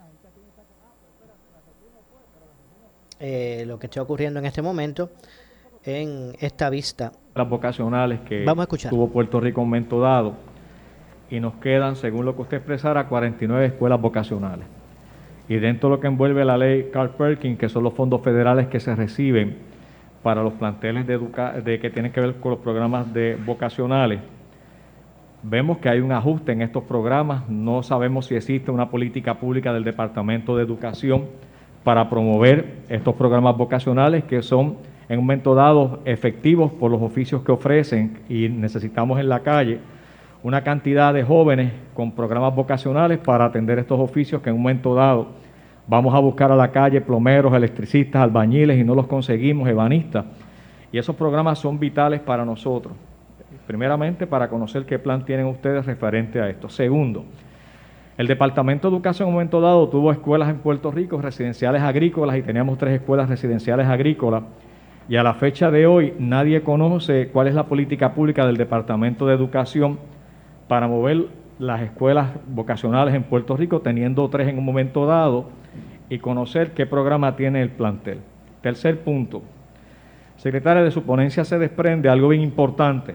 eh, lo que está ocurriendo en este momento en esta vista. Las vocacionales que Vamos a escuchar. tuvo Puerto Rico en un momento dado, y nos quedan, según lo que usted expresara, cuarenta y nueve escuelas vocacionales. Y dentro de lo que envuelve la ley Carl Perkins, que son los fondos federales que se reciben para los planteles de, educa de que tienen que ver con los programas de vocacionales, vemos que hay un ajuste en estos programas. No sabemos si existe una política pública del Departamento de Educación para promover estos programas vocacionales, que son en un momento dado efectivos por los oficios que ofrecen, y necesitamos en la calle una cantidad de jóvenes con programas vocacionales para atender estos oficios que en un momento dado vamos a buscar a la calle plomeros, electricistas, albañiles y no los conseguimos, ebanistas. Y esos programas son vitales para nosotros. Primeramente, para conocer qué plan tienen ustedes referente a esto. Segundo, el Departamento de Educación en un momento dado tuvo escuelas en Puerto Rico, residenciales agrícolas, y teníamos tres escuelas residenciales agrícolas Y a la fecha de hoy nadie conoce cuál es la política pública del Departamento de Educación para mover las escuelas vocacionales en Puerto Rico, teniendo tres en un momento dado, y conocer qué programa tiene el plantel. Tercer punto. Secretaria, de su ponencia se desprende algo bien importante,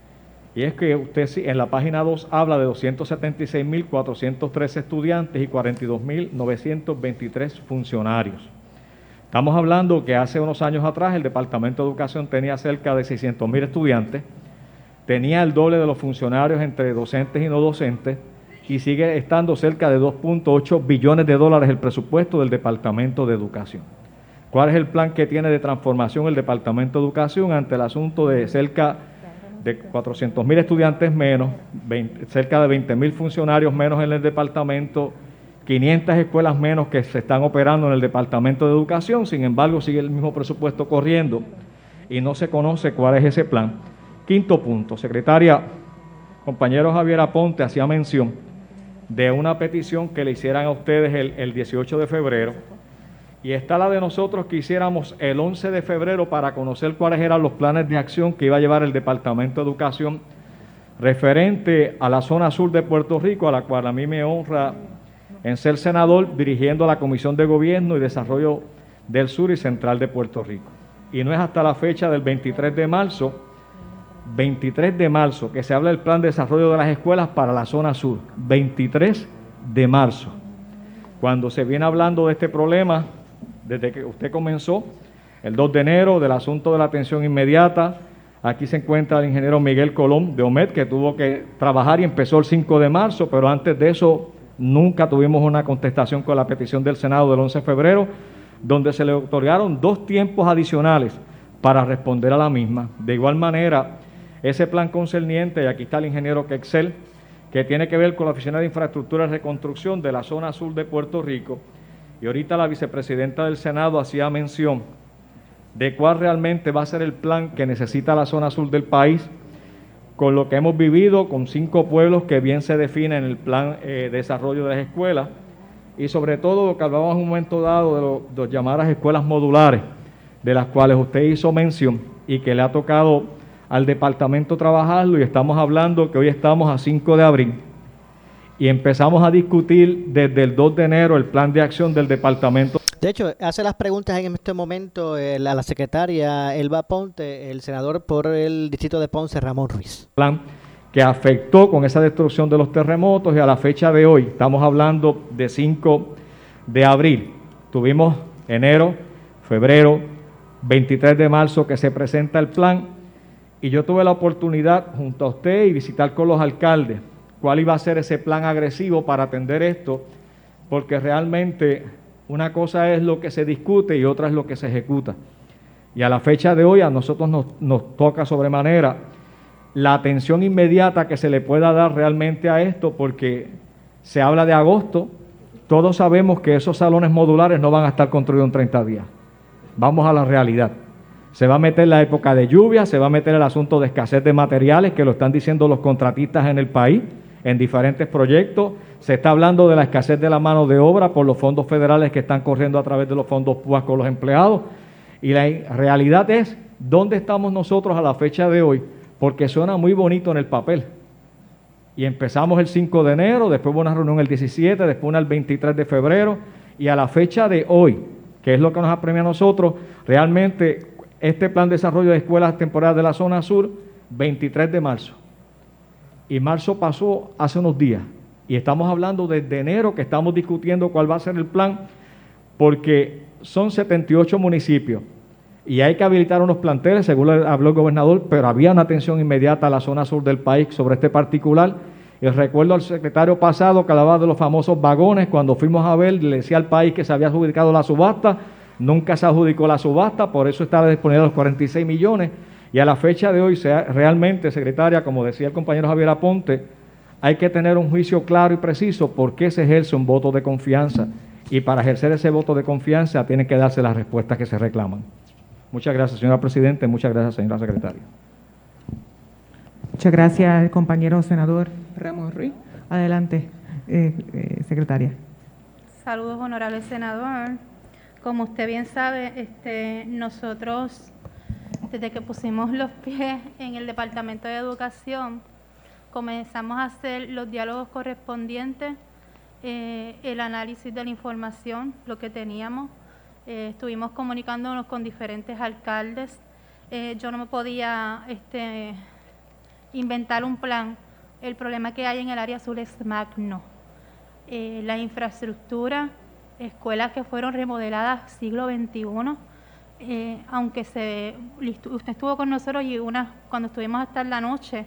y es que usted en la página dos habla de doscientos setenta y seis mil cuatrocientos trece estudiantes y cuarenta y dos mil novecientos veintitrés funcionarios. Estamos hablando que hace unos años atrás el Departamento de Educación tenía cerca de seiscientos mil estudiantes, tenía el doble de los funcionarios entre docentes y no docentes, y sigue estando cerca de dos punto ocho billones de dólares el presupuesto del Departamento de Educación. ¿Cuál es el plan que tiene de transformación el Departamento de Educación ante el asunto de cerca de cuatrocientos mil estudiantes menos, veinte, cerca de veinte mil funcionarios menos en el departamento, quinientas escuelas menos que se están operando en el Departamento de Educación? Sin embargo, sigue el mismo presupuesto corriendo y no se conoce cuál es ese plan. Quinto punto, secretaria, compañero Javier Aponte hacía mención de una petición que le hicieran a ustedes el, el dieciocho de febrero, y está la de nosotros que hiciéramos el once de febrero para conocer cuáles eran los planes de acción que iba a llevar el Departamento de Educación referente a la zona sur de Puerto Rico, a la cual a mí me honra en ser senador dirigiendo la Comisión de Gobierno y Desarrollo del Sur y Central de Puerto Rico. Y no es hasta la fecha del veintitrés de marzo, veintitrés de marzo, que se habla del plan de desarrollo de las escuelas para la zona sur, veintitrés de marzo, cuando se viene hablando de este problema desde que usted comenzó, el dos de enero, del asunto de la atención inmediata. Aquí se encuentra el ingeniero Miguel Colón de OMED, que tuvo que trabajar y empezó el cinco de marzo, pero antes de eso nunca tuvimos una contestación con la petición del Senado del once de febrero, donde se le otorgaron dos tiempos adicionales para responder a la misma. De igual manera, ese plan concerniente, y aquí está el ingeniero Quexel, que tiene que ver con la Oficina de Infraestructura y Reconstrucción de la zona sur de Puerto Rico, y ahorita la vicepresidenta del Senado hacía mención de cuál realmente va a ser el plan que necesita la zona sur del país, con lo que hemos vivido con cinco pueblos que bien se define en el plan eh, de desarrollo de las escuelas, y sobre todo lo que hablábamos en un momento dado de lo, de llamadas escuelas modulares, de las cuales usted hizo mención y que le ha tocado al departamento trabajarlo, y estamos hablando que hoy estamos a cinco de abril y empezamos a discutir desde el dos de enero el plan de acción del departamento. De hecho, hace las preguntas en este momento el, a la secretaria Elba Ponte, el senador por el distrito de Ponce, Ramón Ruiz. Plan que afectó con esa destrucción de los terremotos, y a la fecha de hoy, estamos hablando de cinco de abril, tuvimos enero, febrero, veintitrés de marzo que se presenta el plan, y yo tuve la oportunidad junto a usted y visitar con los alcaldes cuál iba a ser ese plan agresivo para atender esto, porque realmente una cosa es lo que se discute y otra es lo que se ejecuta. Y a la fecha de hoy a nosotros nos, nos toca sobremanera la atención inmediata que se le pueda dar realmente a esto, porque se habla de agosto, todos sabemos que esos salones modulares no van a estar construidos en treinta días. Vamos a la realidad. Se va a meter la época de lluvia, se va a meter el asunto de escasez de materiales, que lo están diciendo los contratistas en el país, en diferentes proyectos. Se está hablando de la escasez de la mano de obra por los fondos federales que están corriendo a través de los fondos P U A con los empleados. Y la realidad es, ¿dónde estamos nosotros a la fecha de hoy? Porque suena muy bonito en el papel. Y empezamos el cinco de enero, después hubo una reunión el diecisiete, después una el veintitrés de febrero, y a la fecha de hoy, que es lo que nos apremia a nosotros, realmente este plan de desarrollo de escuelas temporales de la zona sur, veintitrés de marzo. Y marzo pasó hace unos días, y estamos hablando desde enero que estamos discutiendo cuál va a ser el plan, porque son setenta y ocho municipios, y hay que habilitar unos planteles, según habló el gobernador, pero había una atención inmediata a la zona sur del país sobre este particular. Y recuerdo al secretario pasado que hablaba de los famosos vagones, cuando fuimos a ver, le decía al país que se había adjudicado la subasta, nunca se adjudicó la subasta, por eso estaba disponible los cuarenta y seis millones, y a la fecha de hoy, sea, realmente, secretaria, como decía el compañero Javier Aponte, hay que tener un juicio claro y preciso por qué se ejerce un voto de confianza, y para ejercer ese voto de confianza tienen que darse las respuestas que se reclaman. Muchas gracias, señora Presidenta, muchas gracias, señora Secretaria. Muchas gracias, compañero senador Ramón Ruiz. Adelante, eh, eh, secretaria. Saludos, honorable senador. Como usted bien sabe, este, nosotros desde que pusimos los pies en el Departamento de Educación, comenzamos a hacer los diálogos correspondientes, eh, el análisis de la información, lo que teníamos. Eh, estuvimos comunicándonos con diferentes alcaldes. Eh, yo no me podía este, inventar un plan. El problema que hay en el área azul es magno. Eh, la infraestructura, escuelas que fueron remodeladas siglo veintiuno, eh, aunque se, usted estuvo con nosotros y una, cuando estuvimos hasta en la noche,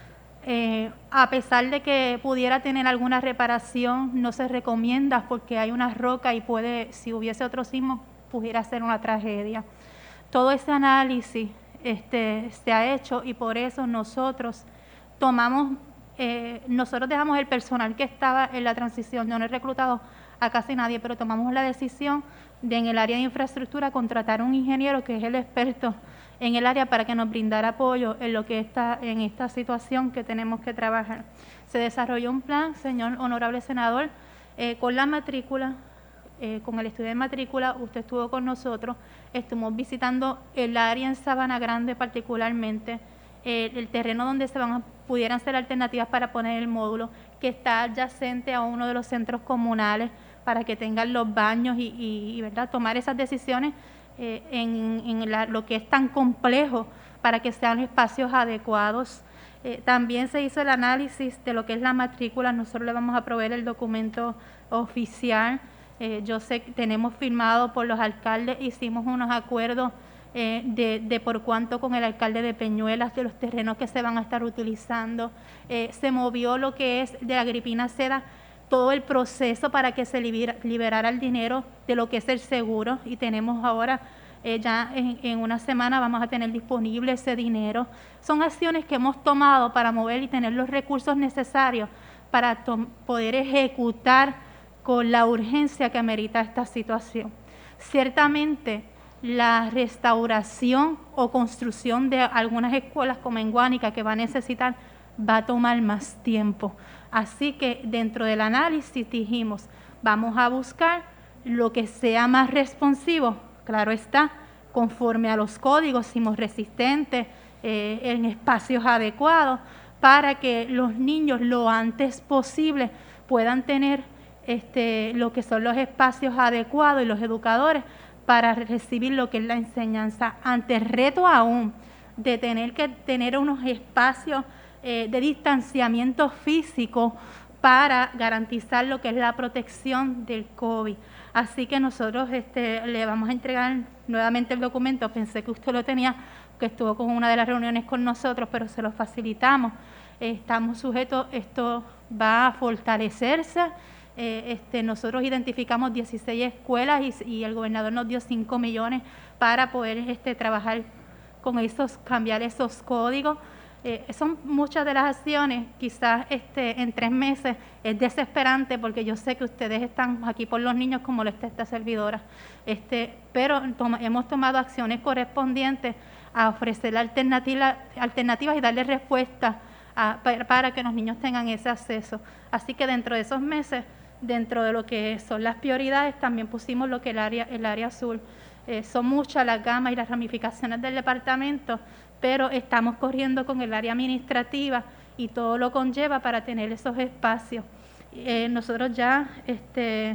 eh, a pesar de que pudiera tener alguna reparación, no se recomienda porque hay una roca y puede, si hubiese otro sismo, pudiera ser una tragedia. Todo ese análisis este, se ha hecho y por eso nosotros tomamos, eh, nosotros dejamos el personal que estaba en la transición, yo no he reclutado a casi nadie, pero tomamos la decisión de en el área de infraestructura contratar a un ingeniero que es el experto en el área para que nos brindara apoyo en lo que está en esta situación que tenemos que trabajar. Se desarrolló un plan, señor honorable senador, eh, con la matrícula, eh, con el estudio de matrícula, usted estuvo con nosotros, estuvimos visitando el área en Sabana Grande particularmente, eh, el terreno donde se van a, pudieran ser alternativas para poner el módulo, que está adyacente a uno de los centros comunales para que tengan los baños y, y, y ¿verdad? Tomar esas decisiones eh, en, en la, lo que es tan complejo para que sean espacios adecuados. Eh, también se hizo el análisis de lo que es la matrícula, nosotros le vamos a proveer el documento oficial. Eh, yo sé que tenemos firmado por los alcaldes, hicimos unos acuerdos eh, de, de por cuánto con el alcalde de Peñuelas, de los terrenos que se van a estar utilizando. Eh, se movió lo que es de Agripina Seda, todo el proceso para que se libera, liberara el dinero de lo que es el seguro y tenemos ahora, eh, ya en, en una semana vamos a tener disponible ese dinero. Son acciones que hemos tomado para mover y tener los recursos necesarios para poder ejecutar con la urgencia que amerita esta situación. Ciertamente, la restauración o construcción de algunas escuelas como en Guánica que va a necesitar, va a tomar más tiempo. Así que dentro del análisis dijimos, vamos a buscar lo que sea más responsivo, claro está, conforme a los códigos sismorresistentes, eh, en espacios adecuados, para que los niños lo antes posible puedan tener este, lo que son los espacios adecuados y los educadores para recibir lo que es la enseñanza, ante el reto aún de tener que tener unos espacios eh, de distanciamiento físico para garantizar lo que es la protección del COVID. Así que nosotros este, le vamos a entregar nuevamente el documento, pensé que usted lo tenía, que estuvo con una de las reuniones con nosotros, pero se lo facilitamos. Eh, estamos sujetos, esto va a fortalecerse. Eh, este, nosotros identificamos dieciséis escuelas y, y el gobernador nos dio cinco millones para poder este, trabajar con esos, cambiar esos códigos. Eh, son muchas de las acciones, quizás este, en tres meses es desesperante porque yo sé que ustedes están aquí por los niños como lo está esta servidora, este, pero toma, hemos tomado acciones correspondientes a ofrecer alternativa, alternativas y darle respuesta a, para, para que los niños tengan ese acceso. Así que dentro de esos meses, dentro de lo que son las prioridades, también pusimos lo que el área, el área azul. Eh, son muchas las gamas y las ramificaciones del departamento, pero estamos corriendo con el área administrativa y todo lo conlleva para tener esos espacios. Eh, nosotros ya este,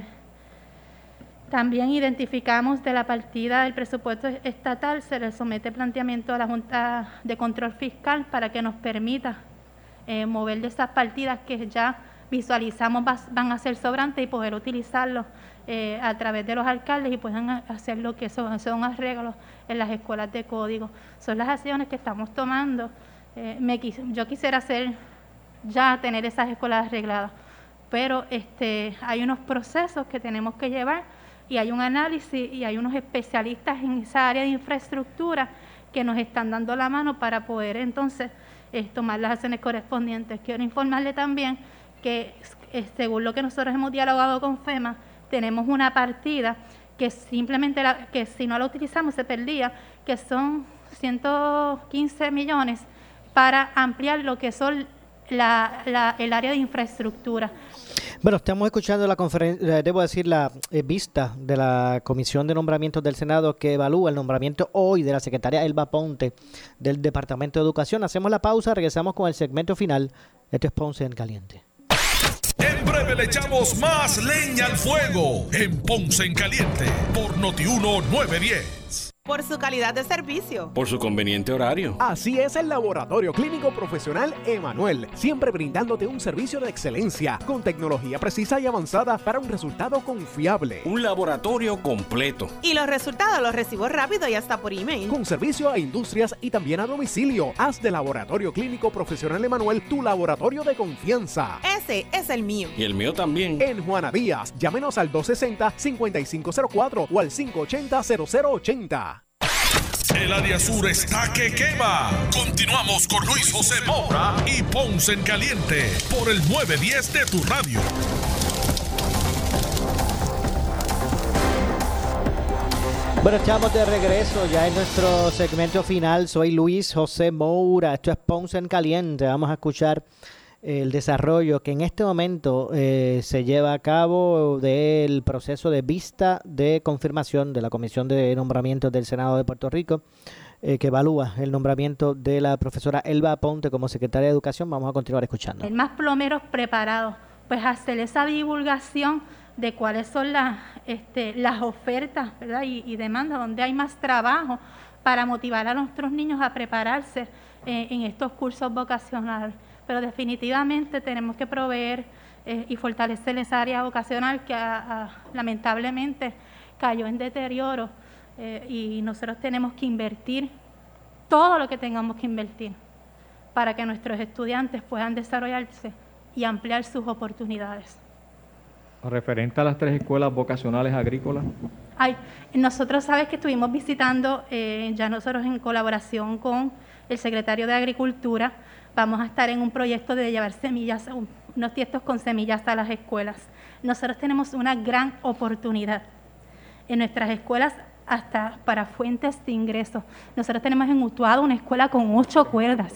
también identificamos de la partida del presupuesto estatal, se le somete planteamiento a la Junta de Control Fiscal para que nos permita eh, mover de esas partidas que ya visualizamos van a ser sobrantes y poder utilizarlos eh, a través de los alcaldes y puedan hacer lo que son, son arreglos en las escuelas de código. Son las acciones que estamos tomando. Eh, me, yo quisiera hacer ya tener esas escuelas arregladas, pero este, hay unos procesos que tenemos que llevar y hay un análisis y hay unos especialistas en esa área de infraestructura que nos están dando la mano para poder entonces eh, tomar las acciones correspondientes. Quiero informarle también que según lo que nosotros hemos dialogado con FEMA, tenemos una partida que simplemente, la, que si no la utilizamos se perdía, que son ciento quince millones para ampliar lo que son la, la, el área de infraestructura. Bueno, estamos escuchando la conferencia, debo decir, la eh, vista de la Comisión de Nombramientos del Senado que evalúa el nombramiento hoy de la secretaria Elba Ponte del Departamento de Educación. Hacemos la pausa, regresamos con el segmento final. Esto es Ponce en Caliente. En breve le echamos más leña al fuego en Ponce en Caliente por Noti uno nueve diez. Por su calidad de servicio. Por su conveniente horario. Así es el Laboratorio Clínico Profesional Emanuel, siempre brindándote un servicio de excelencia, con tecnología precisa y avanzada para un resultado confiable. Un laboratorio completo. Y los resultados los recibo rápido y hasta por email. Con servicio a industrias y también a domicilio. Haz de Laboratorio Clínico Profesional Emanuel tu laboratorio de confianza. Ese es el mío. Y el mío también. En Juana Díaz, llámenos al dos sesenta, cincuenta y cinco cero cuatro o al cinco ochenta, cero cero ochenta. El área sur está que quema. Continuamos con Luis José Moura y Ponce en Caliente por el nueve diez de tu radio. Bueno, estamos de regreso ya en nuestro segmento final. Soy Luis José Moura. Esto es Ponce en Caliente. Vamos a escuchar el desarrollo que en este momento eh, se lleva a cabo del proceso de vista de confirmación de la Comisión de Nombramientos del Senado de Puerto Rico, eh, que evalúa el nombramiento de la profesora Elba Ponte como secretaria de Educación. Vamos a continuar escuchando. Hay más plomeros preparados, pues hacer esa divulgación de cuáles son las, este, las ofertas, ¿verdad? Y, y demandas, donde hay más trabajo para motivar a nuestros niños a prepararse eh, en estos cursos vocacionales. Pero definitivamente tenemos que proveer eh, y fortalecer esa área vocacional que a, a, lamentablemente cayó en deterioro eh, y nosotros tenemos que invertir todo lo que tengamos que invertir para que nuestros estudiantes puedan desarrollarse y ampliar sus oportunidades. Referente a las tres escuelas vocacionales agrícolas. Ay, nosotros sabes que estuvimos visitando, eh, ya nosotros en colaboración con el secretario de Agricultura, vamos a estar en un proyecto de llevar semillas, unos tiestos con semillas a las escuelas. Nosotros tenemos una gran oportunidad en nuestras escuelas hasta para fuentes de ingresos. Nosotros tenemos en Utuado una escuela con ocho cuerdas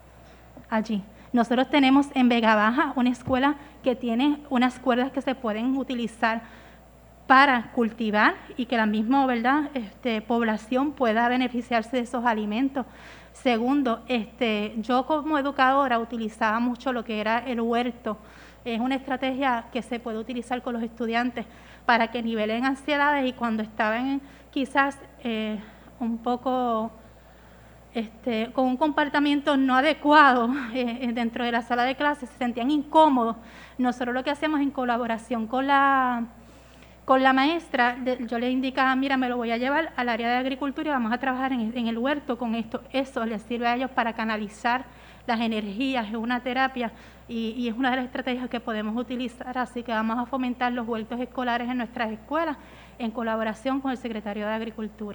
allí. Nosotros tenemos en Vega Baja una escuela que tiene unas cuerdas que se pueden utilizar para cultivar y que la misma, ¿verdad?, este, población pueda beneficiarse de esos alimentos. Segundo, este, yo como educadora utilizaba mucho lo que era el huerto. Es una estrategia que se puede utilizar con los estudiantes para que nivelen ansiedades y cuando estaban quizás eh, un poco este, con un comportamiento no adecuado eh, dentro de la sala de clases, se sentían incómodos. Nosotros lo que hacemos en colaboración con la Con la maestra, de, yo le indicaba, mira, me lo voy a llevar al área de agricultura y vamos a trabajar en, en el huerto con esto. Eso les sirve a ellos para canalizar las energías, es una terapia y, y es una de las estrategias que podemos utilizar. Así que vamos a fomentar los huertos escolares en nuestras escuelas en colaboración con el secretario de Agricultura.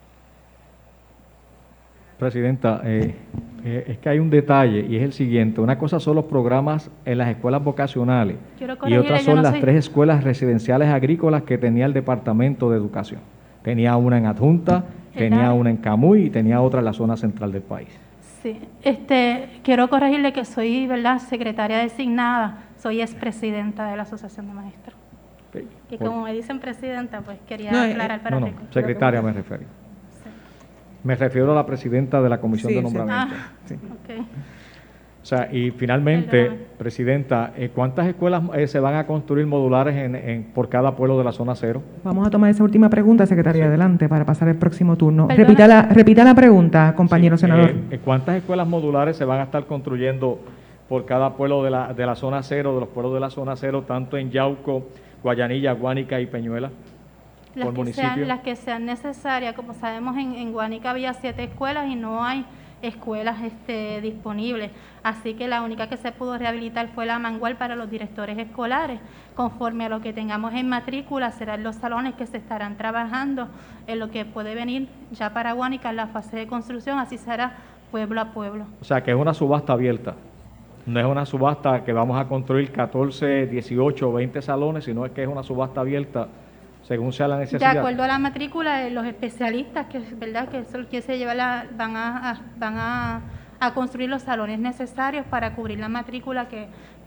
Presidenta, eh, eh, es que hay un detalle y es el siguiente. Una cosa son los programas en las escuelas vocacionales y otras son no las soy... tres escuelas residenciales agrícolas que tenía el Departamento de Educación. Tenía una en Adjunta, tenía una en Camuy y tenía otra en la zona central del país. Sí, este, quiero corregirle que soy, ¿verdad?, secretaria designada, soy expresidenta de la Asociación de Maestros. Okay. Y como me dicen presidenta, pues quería no, aclarar eh, para No, no, secretaria me refiero. Me refiero a la presidenta de la Comisión sí, de Nombramiento. Ah, sí. Okay. O sea, y finalmente, Perdóname. Presidenta, ¿cuántas escuelas eh, se van a construir modulares en, en, por cada pueblo de la zona cero? Vamos a tomar esa última pregunta, secretaria, sí. Adelante, para pasar el próximo turno. Repita la, repita la pregunta, compañero sí. senador. Eh, ¿Cuántas escuelas modulares se van a estar construyendo por cada pueblo de la, de la zona cero, de los pueblos de la zona cero, tanto en Yauco, Guayanilla, Guánica y Peñuela? Las que, sean, las que sean necesarias. Como sabemos, en, en Guánica había siete escuelas y no hay escuelas este, disponibles. Así que la única que se pudo rehabilitar fue la Mangual para los directores escolares. Conforme a lo que tengamos en matrícula, serán los salones que se estarán trabajando en lo que puede venir ya para Guánica en la fase de construcción. Así será pueblo a pueblo. O sea, que es una subasta abierta. No es una subasta que vamos a construir catorce, dieciocho, veinte salones, sino es que es una subasta abierta según sea la necesidad. De acuerdo a la matrícula, los especialistas que verdad que eso que se lleva la, van a, a van a, a construir los salones necesarios para cubrir la matrícula que,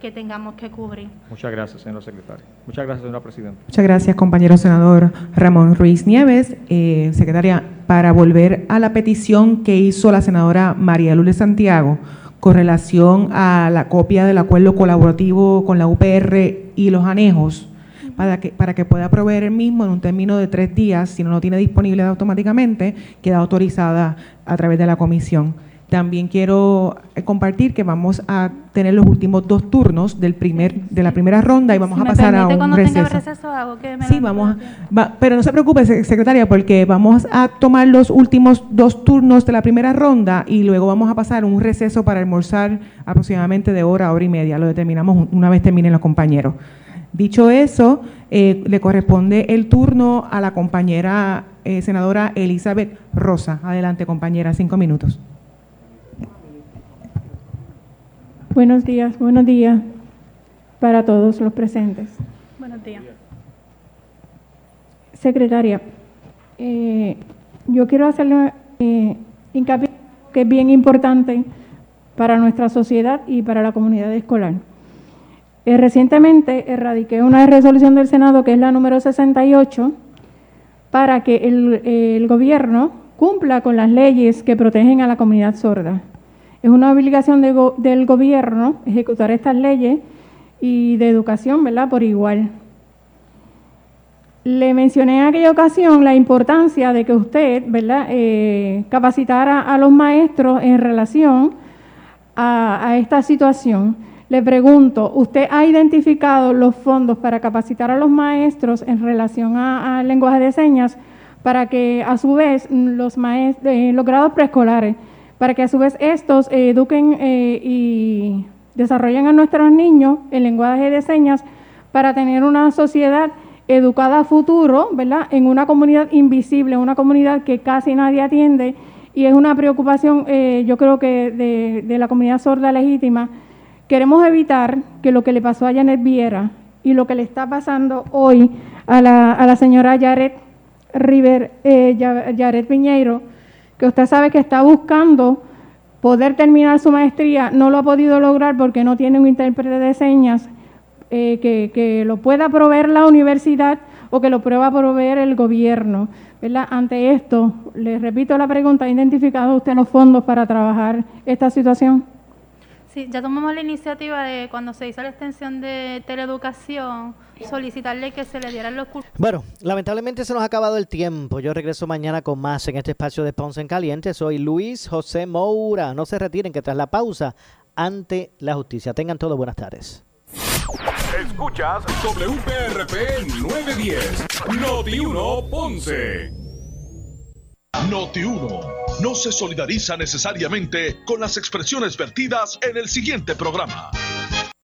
que tengamos que cubrir. Muchas gracias, señora secretaria. Muchas gracias, señora presidenta. Muchas gracias, compañero senador Ramón Ruiz Nieves. Eh, secretaria, para volver a la petición que hizo la senadora María Lourdes Santiago con relación a la copia del acuerdo colaborativo con la U P R y los anejos, para que, para que pueda proveer el mismo en un término de tres días, si no lo tiene disponible automáticamente, queda autorizada a través de la comisión. También quiero compartir que vamos a tener los últimos dos turnos del primer de la primera ronda y vamos si a pasar a un cuando receso. Tenga receso hago que me sí, vamos a, va, pero no se preocupe, secretaria, porque vamos a tomar los últimos dos turnos de la primera ronda y luego vamos a pasar un receso para almorzar aproximadamente de hora a hora y media. Lo determinamos una vez terminen los compañeros. Dicho eso, eh, le corresponde el turno a la compañera eh, senadora Elizabeth Rosa. Adelante, compañera, cinco minutos. Buenos días, buenos días para todos los presentes. Buenos días. Secretaria, eh, yo quiero hacerle eh, hincapié que es bien importante para nuestra sociedad y para la comunidad escolar. Eh, recientemente erradiqué una resolución del Senado que es la número sesenta y ocho para que el, el gobierno cumpla con las leyes que protegen a la comunidad sorda. Es una obligación de go del gobierno ejecutar estas leyes y de educación, ¿verdad?, por igual. Le mencioné en aquella ocasión la importancia de que usted, ¿verdad?, eh, capacitara a los maestros en relación a, a esta situación. Le pregunto, ¿usted ha identificado los fondos para capacitar a los maestros en relación al lenguaje de señas para que a su vez los, maest eh, los grados preescolares, para que a su vez estos eh, eduquen eh, y desarrollen a nuestros niños el lenguaje de señas para tener una sociedad educada a futuro, ¿verdad?, en una comunidad invisible, una comunidad que casi nadie atiende y es una preocupación, eh, yo creo que de, de la comunidad sorda legítima. Queremos evitar que lo que le pasó a Janet Viera y lo que le está pasando hoy a la, a la señora Yaret River, eh, Yaret Piñeiro, que usted sabe que está buscando poder terminar su maestría, no lo ha podido lograr porque no tiene un intérprete de señas eh, que, que lo pueda proveer la universidad o que lo pueda proveer el gobierno, ¿verdad? Ante esto, le repito la pregunta, ¿ha identificado usted los fondos para trabajar esta situación? Sí, ya tomamos la iniciativa de cuando se hizo la extensión de teleeducación, solicitarle que se le dieran los cursos. Bueno, lamentablemente se nos ha acabado el tiempo. Yo regreso mañana con más en este espacio de Ponce en Caliente. Soy Luis José Moura. No se retiren, que tras la pausa, ante la justicia. Tengan todos buenas tardes. Escuchas W P R P nueve diez, Noti uno Ponce. Noti uno no se solidariza necesariamente con las expresiones vertidas en el siguiente programa.